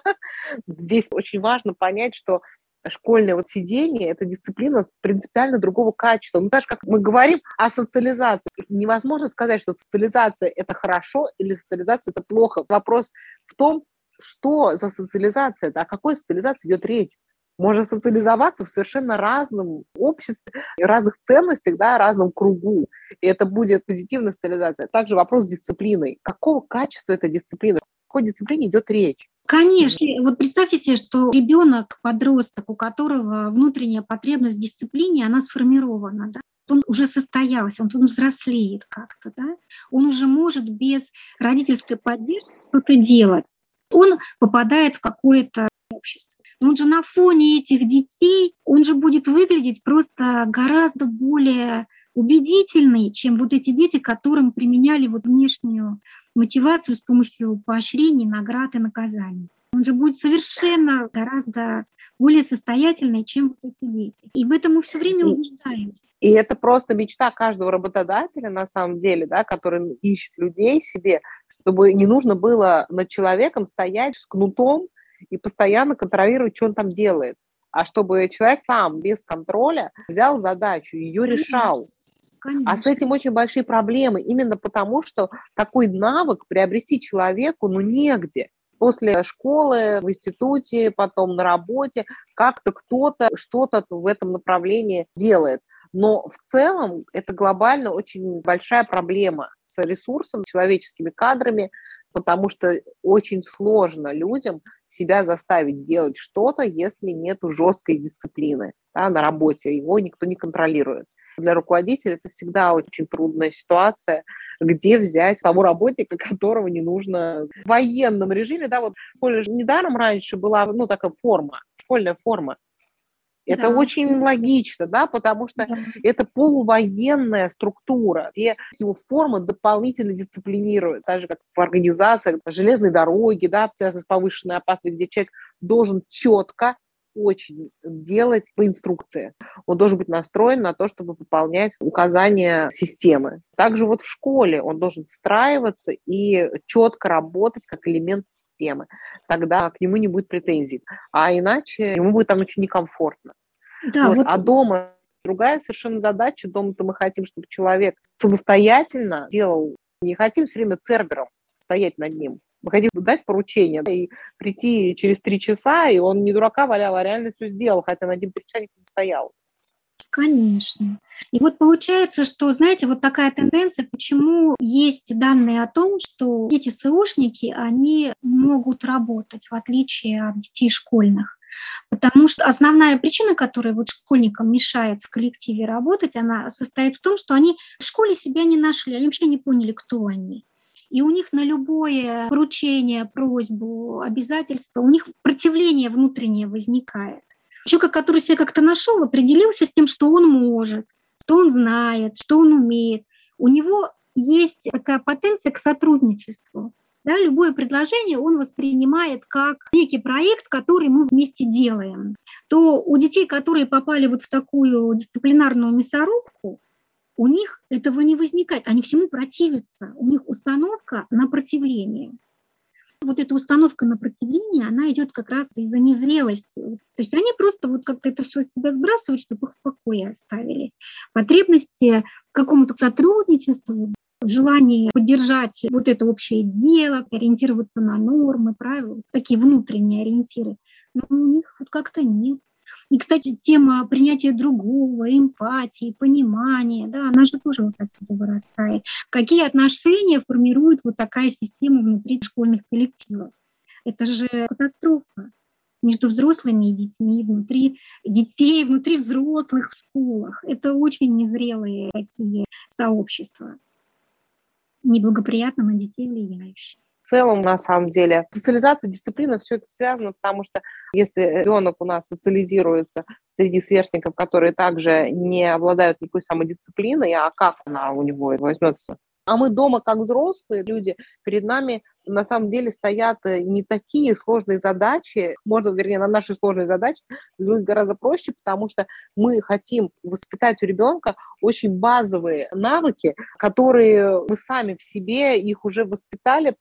Здесь очень важно понять, что школьное вот сидение – это дисциплина принципиально другого качества. Ну, даже как мы говорим о социализации, невозможно сказать, что социализация – это хорошо или социализация – это плохо. Вопрос в том, что за социализация, о какой социализации идет речь. Можно социализоваться в совершенно разном обществе, разных ценностях, да, разном кругу. И это будет позитивная социализация. Также вопрос с дисциплиной. Какого качества эта дисциплина? О какой дисциплине идет речь? Конечно. Вот представьте себе, что ребенок, подросток, у которого внутренняя потребность в дисциплине, она сформирована, да? Он уже состоялся, он, он взрослеет как-то, да? Он уже может без родительской поддержки что-то делать. Он попадает в какое-то общество. Но он же на фоне этих детей, он же будет выглядеть просто гораздо более убедительный, чем вот эти дети, которым применяли вот внешнюю мотивацию с помощью поощрений, наград и наказаний. Он же будет совершенно гораздо более состоятельный, чем вот эти дети. И в этом мы все время убеждаемся. И это просто мечта каждого работодателя, на самом деле, да, который ищет людей себе, чтобы не нужно было над человеком стоять с кнутом и постоянно контролировать, что он там делает. А чтобы человек сам, без контроля, взял задачу, ее решал. Конечно. А с этим очень большие проблемы, именно потому, что такой навык приобрести человеку, ну, негде. После школы, в институте, потом на работе, как-то кто-то что-то в этом направлении делает. Но в целом это глобально очень большая проблема с ресурсом, человеческими кадрами, потому что очень сложно людям себя заставить делать что-то, если нет жесткой дисциплины, да, на работе, его никто не контролирует. Для руководителя это всегда очень трудная ситуация, где взять того работника, которого не нужно в военном режиме. Да, вот в школе же недаром раньше была, ну, такая форма, школьная форма. Это да. Очень логично, да, потому что да. Это полувоенная структура, где его форма дополнительно дисциплинирует, так же, как в организациях железной дороги, да, связанной с повышенной опасностью, где человек должен четко очень делать по инструкции. Он должен быть настроен на то, чтобы выполнять указания системы. Также вот в школе он должен встраиваться и четко работать как элемент системы. Тогда к нему не будет претензий. А иначе ему будет там очень некомфортно. Да, вот. Вот. А дома другая совершенно задача. Дома-то мы хотим, чтобы человек самостоятельно делал. Не хотим все время цербером стоять над ним. Мы хотим дать поручение и прийти через три часа, и он не дурака валял, а реально все сделал, хотя над ним три часа никто не стоял. Конечно. И вот получается, что, знаете, вот такая тенденция, почему есть данные о том, что дети-СОшники, они могут работать, в отличие от детей школьных. Потому что основная причина, которая вот школьникам мешает в коллективе работать, она состоит в том, что они в школе себя не нашли, они вообще не поняли, кто они. И у них на любое поручение, просьбу, обязательство, у них противление внутреннее возникает. Человек, который себя как-то нашел, определился с тем, что он может, что он знает, что он умеет. У него есть такая потенция к сотрудничеству. Да, любое предложение он воспринимает как некий проект, который мы вместе делаем. То у детей, которые попали вот в такую дисциплинарную мясорубку, у них этого не возникает, они всему противятся, у них установка на противление. вот эта установка на противление, она идет как раз из-за незрелости. То есть они просто вот как-то это все с себя сбрасывают, чтобы их в покое оставили. Потребности к какому-то сотрудничеству, желание поддержать вот это общее дело, ориентироваться на нормы, правила, такие внутренние ориентиры, но у них вот как-то нет. И, кстати, тема принятия другого, эмпатии, понимания, да, она же тоже вот отсюда вырастает. Какие отношения формирует вот такая система внутри школьных коллективов? Это же катастрофа между взрослыми и детьми, внутри детей, внутри взрослых в школах. Это очень незрелые такие сообщества, неблагоприятно на детей влияющие. В целом, на самом деле, социализация, дисциплина, все это связано, потому что если ребенок у нас социализируется среди сверстников, которые также не обладают никакой самодисциплиной, а как она у него возьмется? А мы дома, как взрослые люди, перед нами на самом деле стоят не такие сложные задачи, можно, вернее, на наши сложные задачи взглянуть гораздо проще, потому что мы хотим воспитать у ребенка очень базовые навыки, которые мы сами в себе их уже воспитали,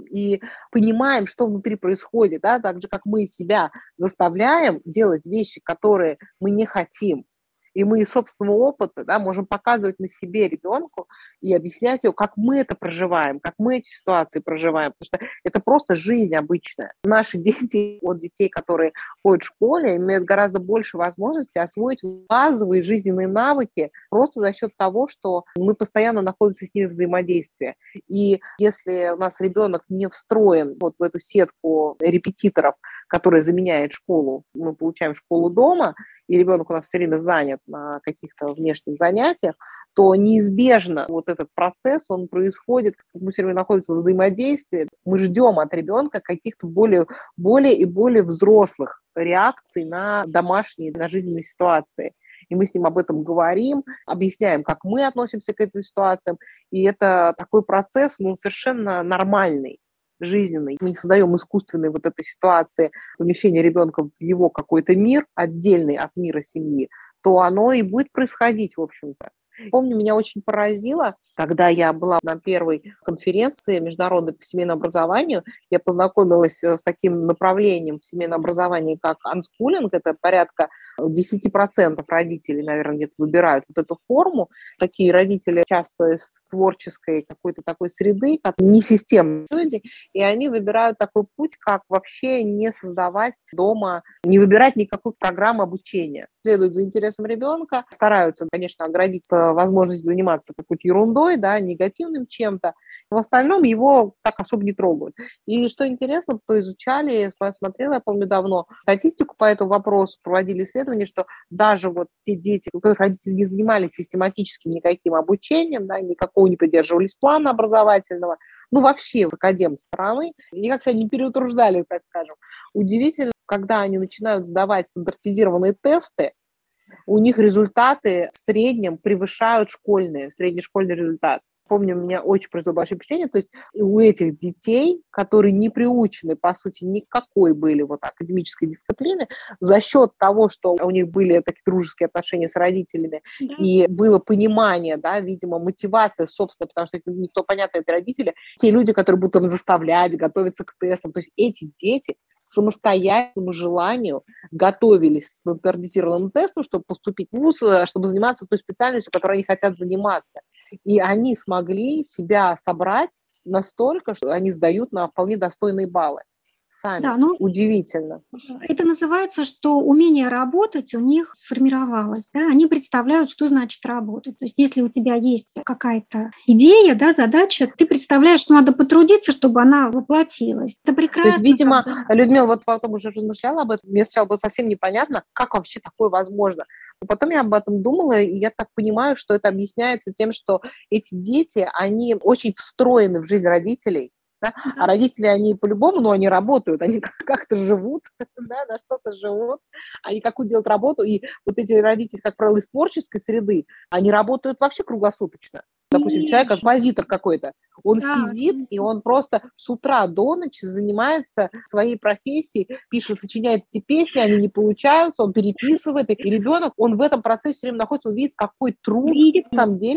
и понимаем, что внутри происходит, да, так же, как мы себя заставляем делать вещи, которые мы не хотим. И мы из собственного опыта, да, можем показывать на себе ребенку и объяснять его, как мы это проживаем, как мы эти ситуации проживаем, потому что это просто жизнь обычная. Наши дети от детей, которые ходят в школе, имеют гораздо больше возможностей освоить базовые жизненные навыки просто за счет того, что мы постоянно находимся с ними в взаимодействии. И если у нас ребенок не встроен вот в эту сетку репетиторов, которая заменяет школу, мы получаем школу дома, и ребенок у нас все время занят на каких-то внешних занятиях, то неизбежно вот этот процесс, он происходит, мы все время находимся в взаимодействии, мы ждем от ребенка каких-то более, более и более взрослых реакций на домашние, на жизненные ситуации. И мы с ним об этом говорим, объясняем, как мы относимся к этим ситуациям, и это такой процесс, ну, совершенно нормальный, жизненный. Мы не создаем искусственной вот этой ситуации помещения ребенка в его какой-то мир, отдельный от мира семьи, то оно и будет происходить, в общем-то. Помню, меня очень поразило, когда я была на первой конференции международной по семейному образованию, я познакомилась с таким направлением в семейном образовании, как unschooling, это порядка десять процентов родителей, наверное, где-то выбирают вот эту форму. Такие родители часто из творческой какой-то такой среды, как несистемные люди, и они выбирают такой путь, как вообще не создавать дома, не выбирать никакой программы обучения. Следуют за интересом ребенка, стараются, конечно, оградить возможность заниматься какой-то ерундой, да, негативным чем-то. В остальном его так особо не трогают. И что интересно, кто изучали, смотрела, я помню давно, статистику по этому вопросу, проводили исследования, что даже вот те дети, у которых родители не занимались систематическим никаким обучением, да, никакого не придерживались плана образовательного, ну вообще в академ страны, никак себя не переутруждали, так скажем. Удивительно, когда они начинают сдавать стандартизированные тесты, у них результаты в среднем превышают школьные, среднешкольный результат. Помню, меня очень произвело большое впечатление, то есть у этих детей, которые не приучены, по сути, никакой были вот академической дисциплины, за счет того, что у них были такие дружеские отношения с родителями, да. И было понимание, да, видимо, мотивация, собственно, потому что это никто, понятно, это родители, те люди, которые будут им заставлять, готовиться к тестам, то есть эти дети самостоятельному желанию готовились к стандартизированному тесту, чтобы поступить в вуз, чтобы заниматься той специальностью, которой они хотят заниматься. И они смогли себя собрать настолько, что они сдают на вполне достойные баллы. Сами. Да, ну, удивительно. Это называется, что умение работать у них сформировалось. Да? Они представляют, что значит работать. То есть если у тебя есть какая-то идея, да, задача, ты представляешь, что надо потрудиться, чтобы она воплотилась. Это прекрасно. То есть, видимо, когда... Людмила вот потом уже размышляла об этом, мне сначала было совсем непонятно, как вообще такое возможно. Но потом я об этом думала, и я так понимаю, что это объясняется тем, что эти дети, они очень встроены в жизнь родителей. Да? Да. А родители, они по-любому, но они работают, они как-то живут, да, на что-то живут, они какую делают работу, и вот эти родители, как правило, из творческой среды, они работают вообще круглосуточно. Допустим, человек, композитор какой-то, он да. сидит, и он просто с утра до ночи занимается своей профессией, пишет, сочиняет эти песни, они не получаются, он переписывает, и ребенок, он в этом процессе все время находится, он видит, какой труд, видит. На самом деле,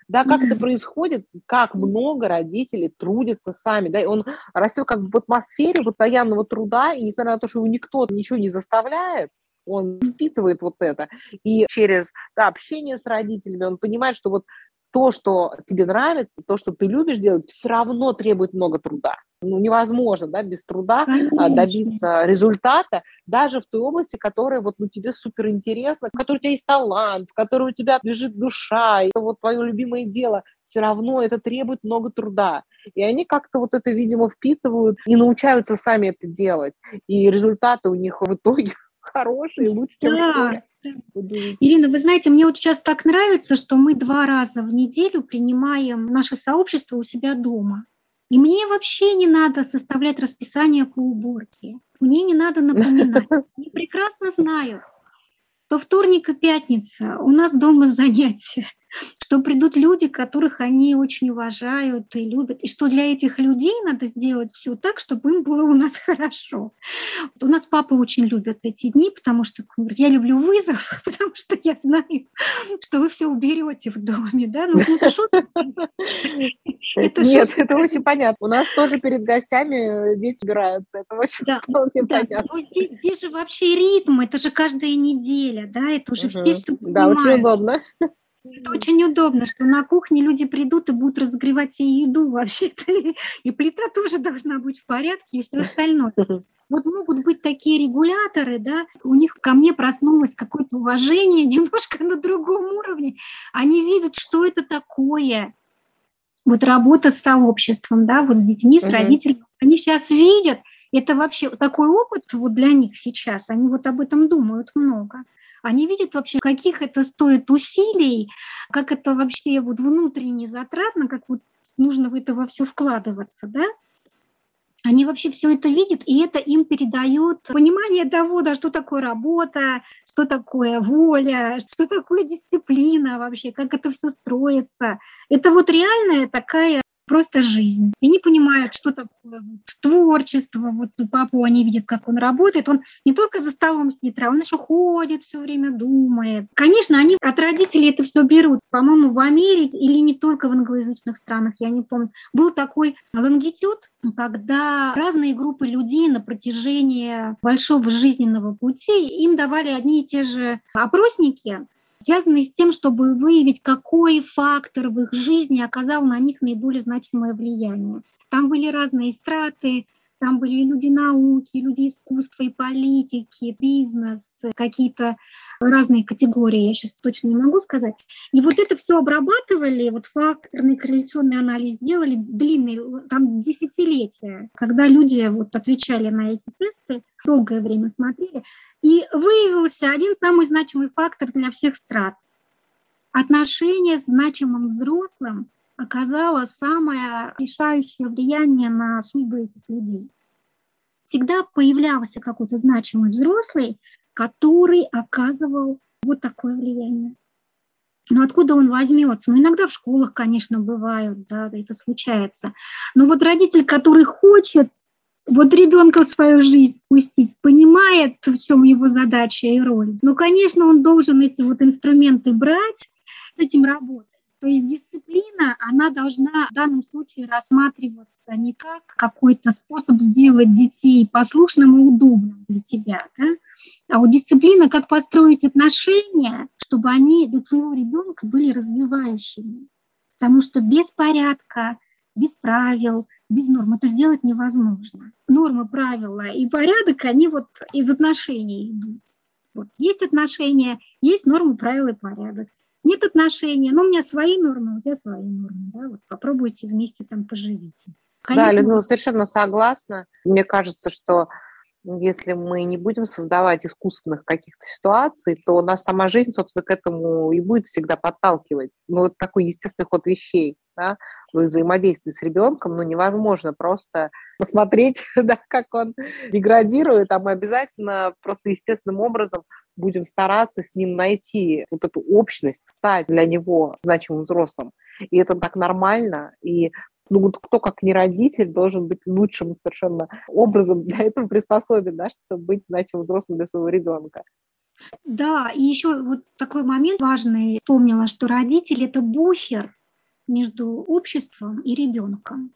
да, как это Мгм. происходит, как много родителей трудятся сами, да, и он растет как бы в атмосфере постоянного труда, и несмотря на то, что его никто ничего не заставляет, он впитывает вот это. И через, да, общение с родителями он понимает, что вот то, что тебе нравится, то, что ты любишь делать, все равно требует много труда. Ну, невозможно, да, без труда а, Конечно. добиться результата, даже в той области, которая вот, ну, тебе супер интересна, в которой у тебя есть талант, в которой у тебя лежит душа, и это вот твое любимое дело, все равно это требует много труда. И они как-то вот это, видимо, впитывают и научаются сами это делать. И результаты у них в итоге хорошие, лучше, чем в Да, школе. да. Удивительно. Ирина, вы знаете, мне вот сейчас так нравится, что мы два раза в неделю принимаем наше сообщество у себя дома. И мне вообще не надо составлять расписание по уборке. Мне не надо напоминать. Они прекрасно знают, что вторник и пятница у нас дома занятия, что придут люди, которых они очень уважают и любят, и что для этих людей надо сделать все так, чтобы им было у нас хорошо. У нас папа очень любит эти дни, потому что он говорит, я люблю вызов, потому что я знаю, что вы все уберете в доме, да? Ну, ну, это шутка. Это Нет, шутка. это очень понятно. У нас тоже перед гостями дети убираются. Это очень Да, вполне да. понятно. Но здесь, здесь же вообще ритм, это же каждая неделя, да, это уже все Мгм. все Да, очень понимают. удобно. Это очень удобно, что на кухне люди придут и будут разогревать себе еду вообще-то, и, и плита тоже должна быть в порядке, и все остальное. Вот могут быть такие регуляторы, да, у них ко мне проснулось какое-то уважение немножко на другом уровне. Они видят, что это такое. Вот работа с сообществом, да, вот с детьми, с Мгм. родителями. Они сейчас видят, это вообще такой опыт вот для них сейчас, они вот об этом думают много. Они видят вообще, каких это стоит усилий, как это вообще вот внутренне затратно, как вот нужно в это во все вкладываться, да. Они вообще все это видят, и это им передает понимание того, да, что такое работа, что такое воля, что такое дисциплина вообще, как это все строится. Это вот реальная такая просто жизнь. И не понимают, что такое вот творчество. Вот папу они видят, как он работает. Он не только за столом сидит, а он еще ходит все время, думает. Конечно, они от родителей это все берут. По-моему, в Америке или не только в англоязычных странах, я не помню, был такой лонгитюд, когда разные группы людей на протяжении большого жизненного пути им давали одни и те же опросники, связанные с тем, чтобы выявить, какой фактор в их жизни оказал на них наиболее значимое влияние. Там были разные страты, там были и люди науки, и люди искусства, и политики, бизнес, какие-то разные категории, я сейчас точно не могу сказать. И вот это все обрабатывали, вот факторный корреляционный анализ делали длинный, там десятилетия, когда люди вот отвечали на эти тесты, долгое время смотрели, и выявился один самый значимый фактор для всех страт. Отношение с значимым взрослым оказало самое решающее влияние на судьбы этих людей. Всегда появлялся какой-то значимый взрослый, который оказывал вот такое влияние. Но откуда он возьмется? Ну, иногда в школах, конечно, бывают, да, это случается. Но вот родитель, который хочет вот ребенка в свою жизнь пустить, понимает, в чем его задача и роль. Ну, конечно, он должен эти вот инструменты брать, с этим работать. То есть дисциплина, она должна в данном случае рассматриваться не как какой-то способ сделать детей послушным и удобным для тебя, да? А вот дисциплина, как построить отношения, чтобы они для твоего ребенка были развивающими. Потому что без порядка, без правил, без норм это сделать невозможно. Нормы, правила и порядок, они вот из отношений идут. Вот. Есть отношения, есть нормы, правила и порядок. Нет отношений, но у меня свои нормы, у тебя свои нормы. Да? Вот попробуйте вместе там поживите. Да, Конечно, Людмила, совершенно согласна. Мне кажется, что если мы не будем создавать искусственных каких-то ситуаций, то нас сама жизнь, собственно, к этому и будет всегда подталкивать. Ну, вот такой естественный ход вещей, да, в взаимодействии с ребенком, ну, невозможно просто посмотреть, да, как он деградирует, а мы обязательно просто естественным образом будем стараться с ним найти вот эту общность, стать для него значимым взрослым. И это так нормально, и ну, вот кто, как не родитель, должен быть лучшим совершенно образом для этого приспособлен, да, чтобы быть значимым взрослым для своего ребенка. Да, и еще вот такой момент важный. Вспомнила, что родитель – это буфер между обществом и ребенком.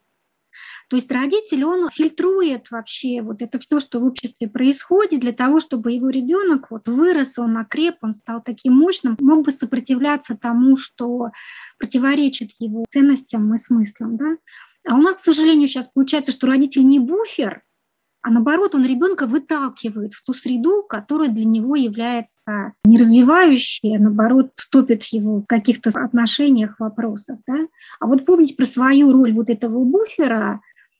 То есть родитель, он фильтрует вообще вот это все, что в обществе происходит, для того, чтобы его ребенок вот вырос, он окреп, он стал таким мощным, мог бы сопротивляться тому, что противоречит его ценностям и смыслам. Да? А у нас, к сожалению, сейчас получается, что родитель не буфер, а наоборот, он ребенка выталкивает в ту среду, которая для него является не развивающей, а наоборот, топит его в каких-то отношениях, вопросах. Да? А вот помнить про свою роль вот этого буфера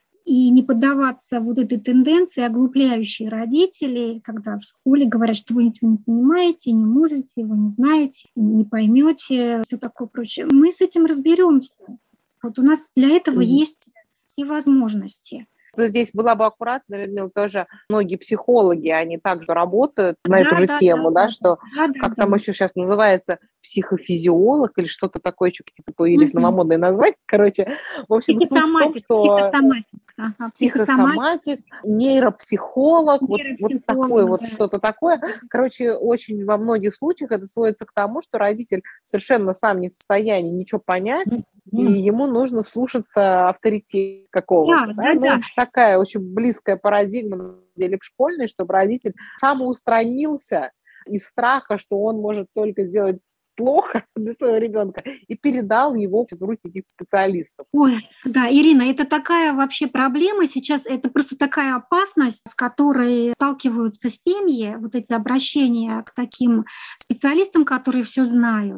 и не поддаваться вот этой тенденции оглупляющей родителей, когда в школе говорят, что вы ничего не понимаете, не можете, вы не знаете, не поймете, все такое прочее. Мы с этим разберемся. Вот у нас для этого mm-hmm. есть все возможности. Здесь была бы аккуратна, Людмила, тоже многие психологи, они также работают на да, эту же да, тему, да, да, что, да, как да, там да. еще сейчас называется, психофизиолог или что-то такое, еще какие-то появились mm-hmm. новомодные названия, короче, в общем, суть в том, что психосоматик, ага, психосоматик, нейропсихолог, нейропсихолог, вот, вот такое да. вот что-то такое, короче, очень во многих случаях это сводится к тому, что родитель совершенно сам не в состоянии ничего понять, mm-hmm. и ему нужно слушаться авторитета какого-то, да, да, да, ну, да. такая очень близкая парадигма на деле к школьной, чтобы родитель самоустранился из страха, что он может только сделать плохо для своего ребенка, и передал его в руки каких-то специалистов. Ой, да, Ирина, это такая вообще проблема сейчас, это просто такая опасность, с которой сталкиваются семьи, вот эти обращения к таким специалистам, которые все знают.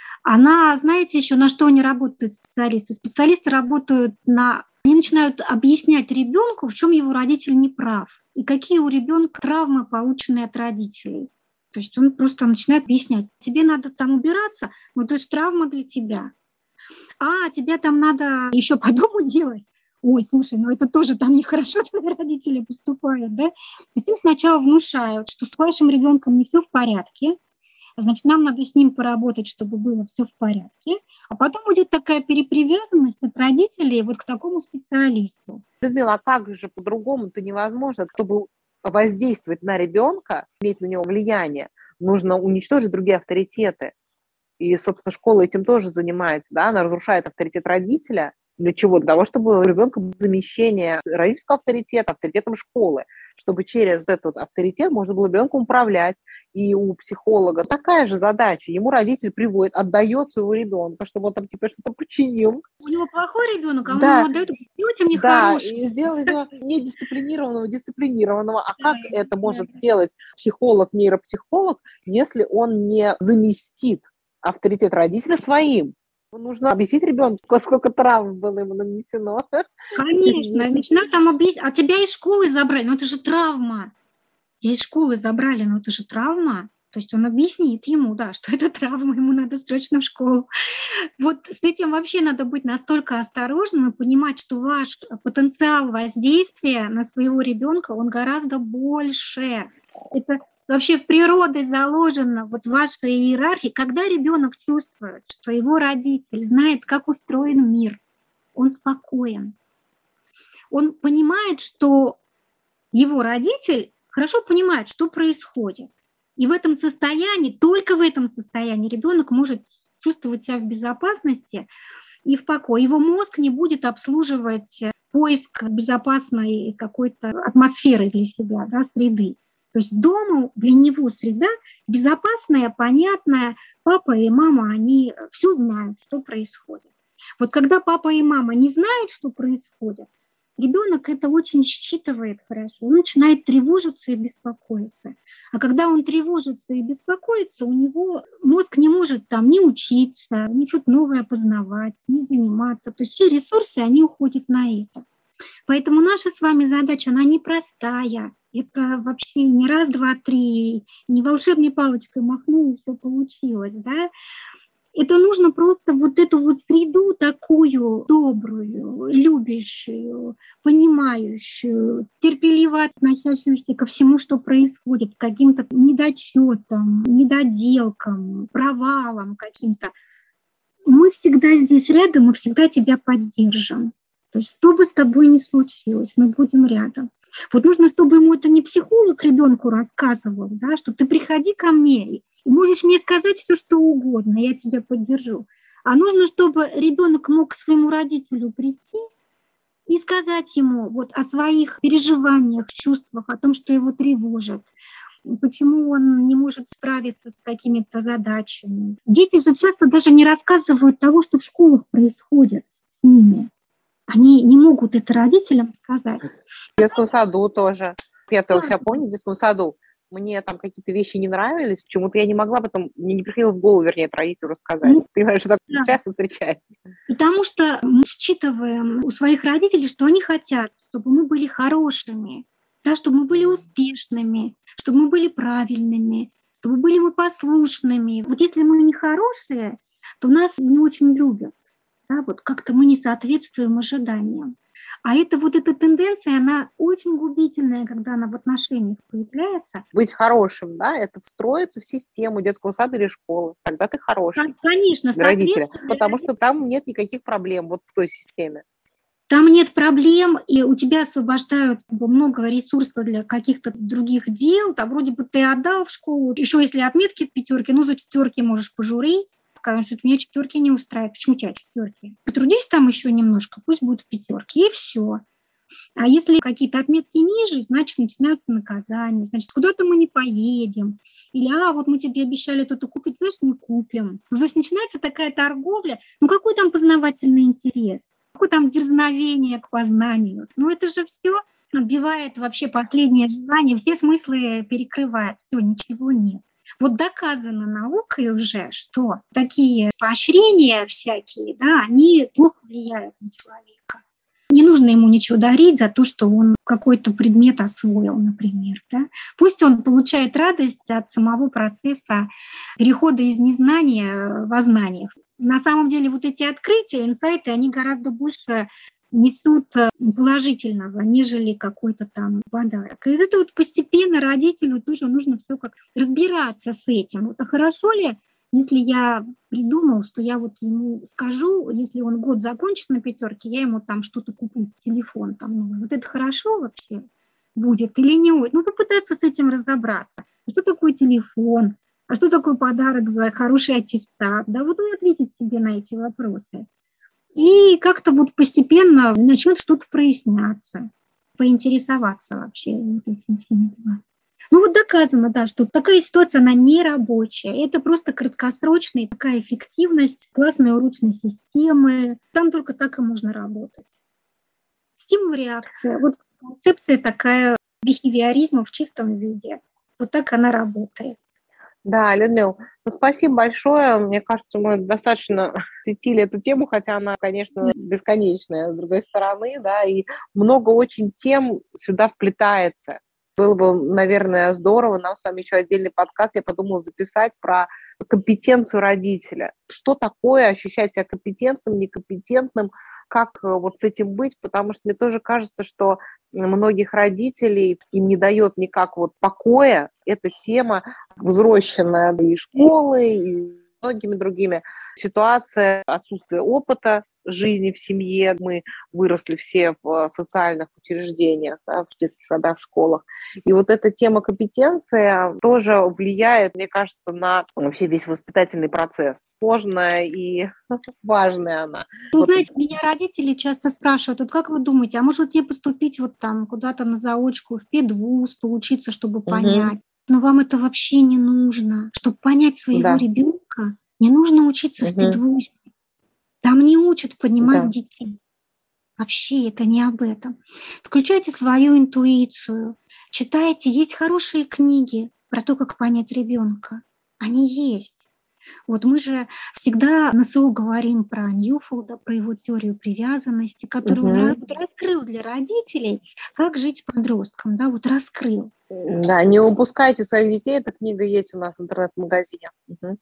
Она, знаете, еще на что они работают, специалисты? Специалисты работают на... Они начинают объяснять ребенку, в чем его родитель не прав, и какие у ребенка травмы, полученные от родителей. То есть он просто начинает объяснять, тебе надо там убираться, но это же травма для тебя. А, тебе там надо еще по дому делать. Ой, слушай, ну это тоже там нехорошо, твои родители поступают, да? То есть им сначала внушают, что с вашим ребенком не все в порядке, значит, нам надо с ним поработать, чтобы было все в порядке. А потом идет такая перепривязанность от родителей вот к такому специалисту. Людмила, а как же по-другому-то невозможно, чтобы воздействовать на ребенка, иметь на него влияние, нужно уничтожить другие авторитеты. И, собственно, школа этим тоже занимается, да, она разрушает авторитет родителя. Для чего? Для того, чтобы у ребенка было замещение родительского авторитета авторитетом школы, чтобы через этот авторитет можно было ребенком управлять. И у психолога такая же задача. Ему родитель приводит, отдает своего ребенка, чтобы он там типа что-то починил. У него плохой ребенок, а да. он ему отдает, делайте мне да, хороший. и сделать его недисциплинированного, дисциплинированного. А как да, это да. может сделать психолог, нейропсихолог, если он не заместит авторитет родителя своим? Нужно объяснить ребенку, сколько травм было ему нанесено. Конечно, начинают там объяснять. А тебя из школы забрали, ну это же травма. Тебя из школы забрали, ну это же травма. То есть он объяснит ему, да, что это травма, ему надо срочно в школу. Вот с этим вообще надо быть настолько осторожным и понимать, что ваш потенциал воздействия на своего ребенка, он гораздо больше. Это вообще в природе заложено, вот в вашей иерархии. Когда ребенок чувствует, что его родитель знает, как устроен мир, он спокоен. Он понимает, что его родитель хорошо понимает, что происходит. И в этом состоянии, только в этом состоянии ребенок может чувствовать себя в безопасности и в покое. Его мозг не будет обслуживать поиск безопасной какой-то атмосферы для себя, да, среды. То есть дома для него среда безопасная, понятная. Папа и мама, они все знают, что происходит. Вот когда папа и мама не знают, что происходит, ребенок это очень считывает хорошо. Он начинает тревожиться и беспокоиться. А когда он тревожится и беспокоится, у него мозг не может там ни учиться, ни что-то новое познавать, ни заниматься. То есть все ресурсы, они уходят на это. Поэтому наша с вами задача, она непростая. Это вообще не раз, два, три, не волшебной палочкой махнул, и все получилось, да. Это нужно просто вот эту вот среду такую добрую, любящую, понимающую, терпеливо относящуюся ко всему, что происходит, к каким-то недочетам, недоделкам, провалам каким-то. Мы всегда здесь рядом, мы всегда тебя поддержим. То есть что бы с тобой ни случилось, мы будем рядом. Вот нужно, чтобы ему это не психолог ребенку рассказывал, да, что ты приходи ко мне, и можешь мне сказать все, что угодно, я тебя поддержу. А нужно, чтобы ребенок мог к своему родителю прийти и сказать ему вот о своих переживаниях, чувствах, о том, что его тревожит, почему он не может справиться с какими-то задачами. Дети же часто даже не рассказывают того, что в школах происходит с ними. Они не могут это родителям сказать. В детском саду тоже. Я-то у себя помню, в детском саду мне там какие-то вещи не нравились, почему-то я не могла потом, мне не приходило в голову, вернее, это родителю рассказать. Ну, понимаешь, что так да. часто встречается. Потому что мы считываем у своих родителей, что они хотят, чтобы мы были хорошими, да, чтобы мы были успешными, чтобы мы были правильными, чтобы были мы послушными. Вот если мы не хорошие, то нас не очень любят. Да, вот как-то мы не соответствуем ожиданиям. А это вот эта тенденция, она очень губительная, когда она в отношениях появляется. Быть хорошим, да, это встроиться в систему детского сада или школы. Тогда ты хороший. Конечно, для родителя. Потому что там нет никаких проблем вот в той системе. Там нет проблем, и у тебя освобождают много ресурсов для каких-то других дел. Там вроде бы ты отдал в школу, еще если отметки пятерки, ну за четверки можешь пожурить. Скажем, что меня четверки не устраивает. Почему у тебя четверки? Потрудись там еще немножко, пусть будут пятерки, и все. А если какие-то отметки ниже, значит, начинаются наказания, значит, куда-то мы не поедем. Или, а, вот мы тебе обещали то-то купить, знаешь, не купим. То есть начинается такая торговля. Ну какой там познавательный интерес? Какое там дерзновение к познанию? Ну это же все отбивает вообще последнее желание, все смыслы перекрывает, все, ничего нет. Вот доказано наукой уже, что такие поощрения всякие, да, они плохо влияют на человека. Не нужно ему ничего дарить за то, что он какой-то предмет освоил, например. Да? Пусть он получает радость от самого процесса перехода из незнания во знание. На самом деле вот эти открытия, инсайты, они гораздо больше несут положительного, нежели какой-то там подарок. И это вот постепенно родителю тоже нужно все как разбираться с этим. Вот, а хорошо ли, если я придумал, что я вот ему скажу, если он год закончит на пятерке, я ему там что-то куплю, телефон там новый. Вот это хорошо вообще будет или не? Ну, попытаться с этим разобраться. Что такое телефон? А что такое подарок за хороший аттестат? Да, вот он ответит себе на эти вопросы. И как-то вот постепенно начнет что-то проясняться, поинтересоваться вообще этими всеми делами. Ну вот доказано, да, что такая ситуация, она не рабочая. Это просто краткосрочная такая эффективность классной урочной системы. Там только так и можно работать. Стимул-реакция. Вот концепция такая бихевиоризма в чистом виде. Вот так она работает. Да, Людмила, ну, спасибо большое. Мне кажется, мы достаточно светили эту тему, хотя она, конечно, бесконечная, с другой стороны, да, и много очень тем сюда вплетается. Было бы, наверное, здорово нам с вами еще отдельный подкаст, я подумала, записать про компетенцию родителя. Что такое ощущать себя компетентным, некомпетентным, как вот с этим быть, потому что мне тоже кажется, что многих родителей им не дает никак вот покоя эта тема, взросшенная и школой, и многими другими. Ситуация отсутствия опыта жизни в семье. Мы выросли все в социальных учреждениях, да, в детских садах, в школах. И вот эта тема компетенции тоже влияет, мне кажется, на вообще весь воспитательный процесс. Сложная и важная она. Ну, вот. Знаете, меня родители часто спрашивают, вот как вы думаете, а может мне поступить вот там куда-то на заочку, в педвуз, поучиться, чтобы понять? Угу. Но вам это вообще не нужно. Чтобы понять своего да. ребенка, не нужно учиться угу. в педвузе. Там не учат понимать да. детей. Вообще это не об этом. Включайте свою интуицию. Читайте. Есть хорошие книги про то, как понять ребенка. Они есть. Вот мы же всегда на СО говорим про Ньюфолда, про его теорию привязанности, которую угу. он раскрыл для родителей, как жить с подростком. Да, вот раскрыл. Да, не упускайте своих детей. Эта книга есть у нас в интернет-магазине. Угу.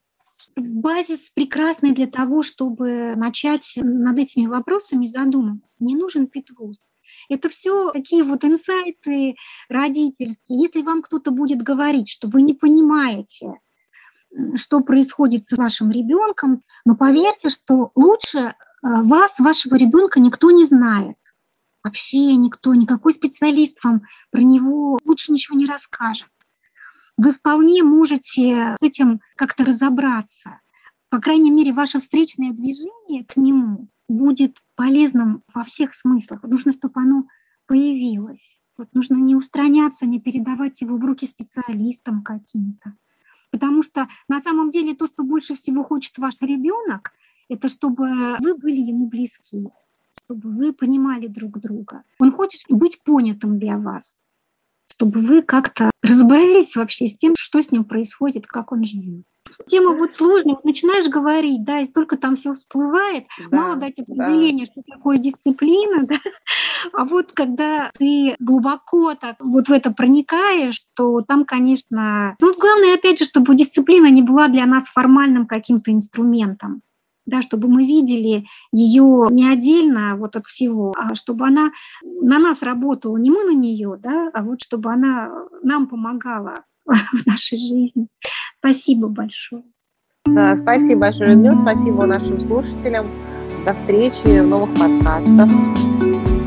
Базис прекрасный для того, чтобы начать над этими вопросами задумываться. Не нужен педвуз. Это все такие вот инсайты родительские. Если вам кто-то будет говорить, что вы не понимаете, что происходит с вашим ребенком, но поверьте, что лучше вас, вашего ребенка, никто не знает. Вообще никто, никакой специалист вам про него лучше ничего не расскажет. Вы вполне можете с этим как-то разобраться. по крайней мере, ваше встречное движение к нему будет полезным во всех смыслах. Нужно, чтобы оно появилось. Вот нужно не устраняться, не передавать его в руки специалистам каким-то. Потому что на самом деле то, что больше всего хочет ваш ребенок, это чтобы вы были ему близки, чтобы вы понимали друг друга. Он хочет быть понятым для вас, чтобы вы как-то разобрались вообще с тем, что с ним происходит, как он живет. Тема вот сложная, вот начинаешь говорить, да, и столько там все всплывает, да, мало дать определения, да, что такое дисциплина, да, а вот когда ты глубоко так вот в это проникаешь, то там, конечно, ну, главное, опять же, чтобы дисциплина не была для нас формальным каким-то инструментом, да, чтобы мы видели ее не отдельно вот от всего, а чтобы она на нас работала, не мы на нее, да, а вот чтобы она нам помогала в нашей жизни. Спасибо большое. Да, спасибо большое, Людмила, спасибо нашим слушателям. До встречи в новых подкастах.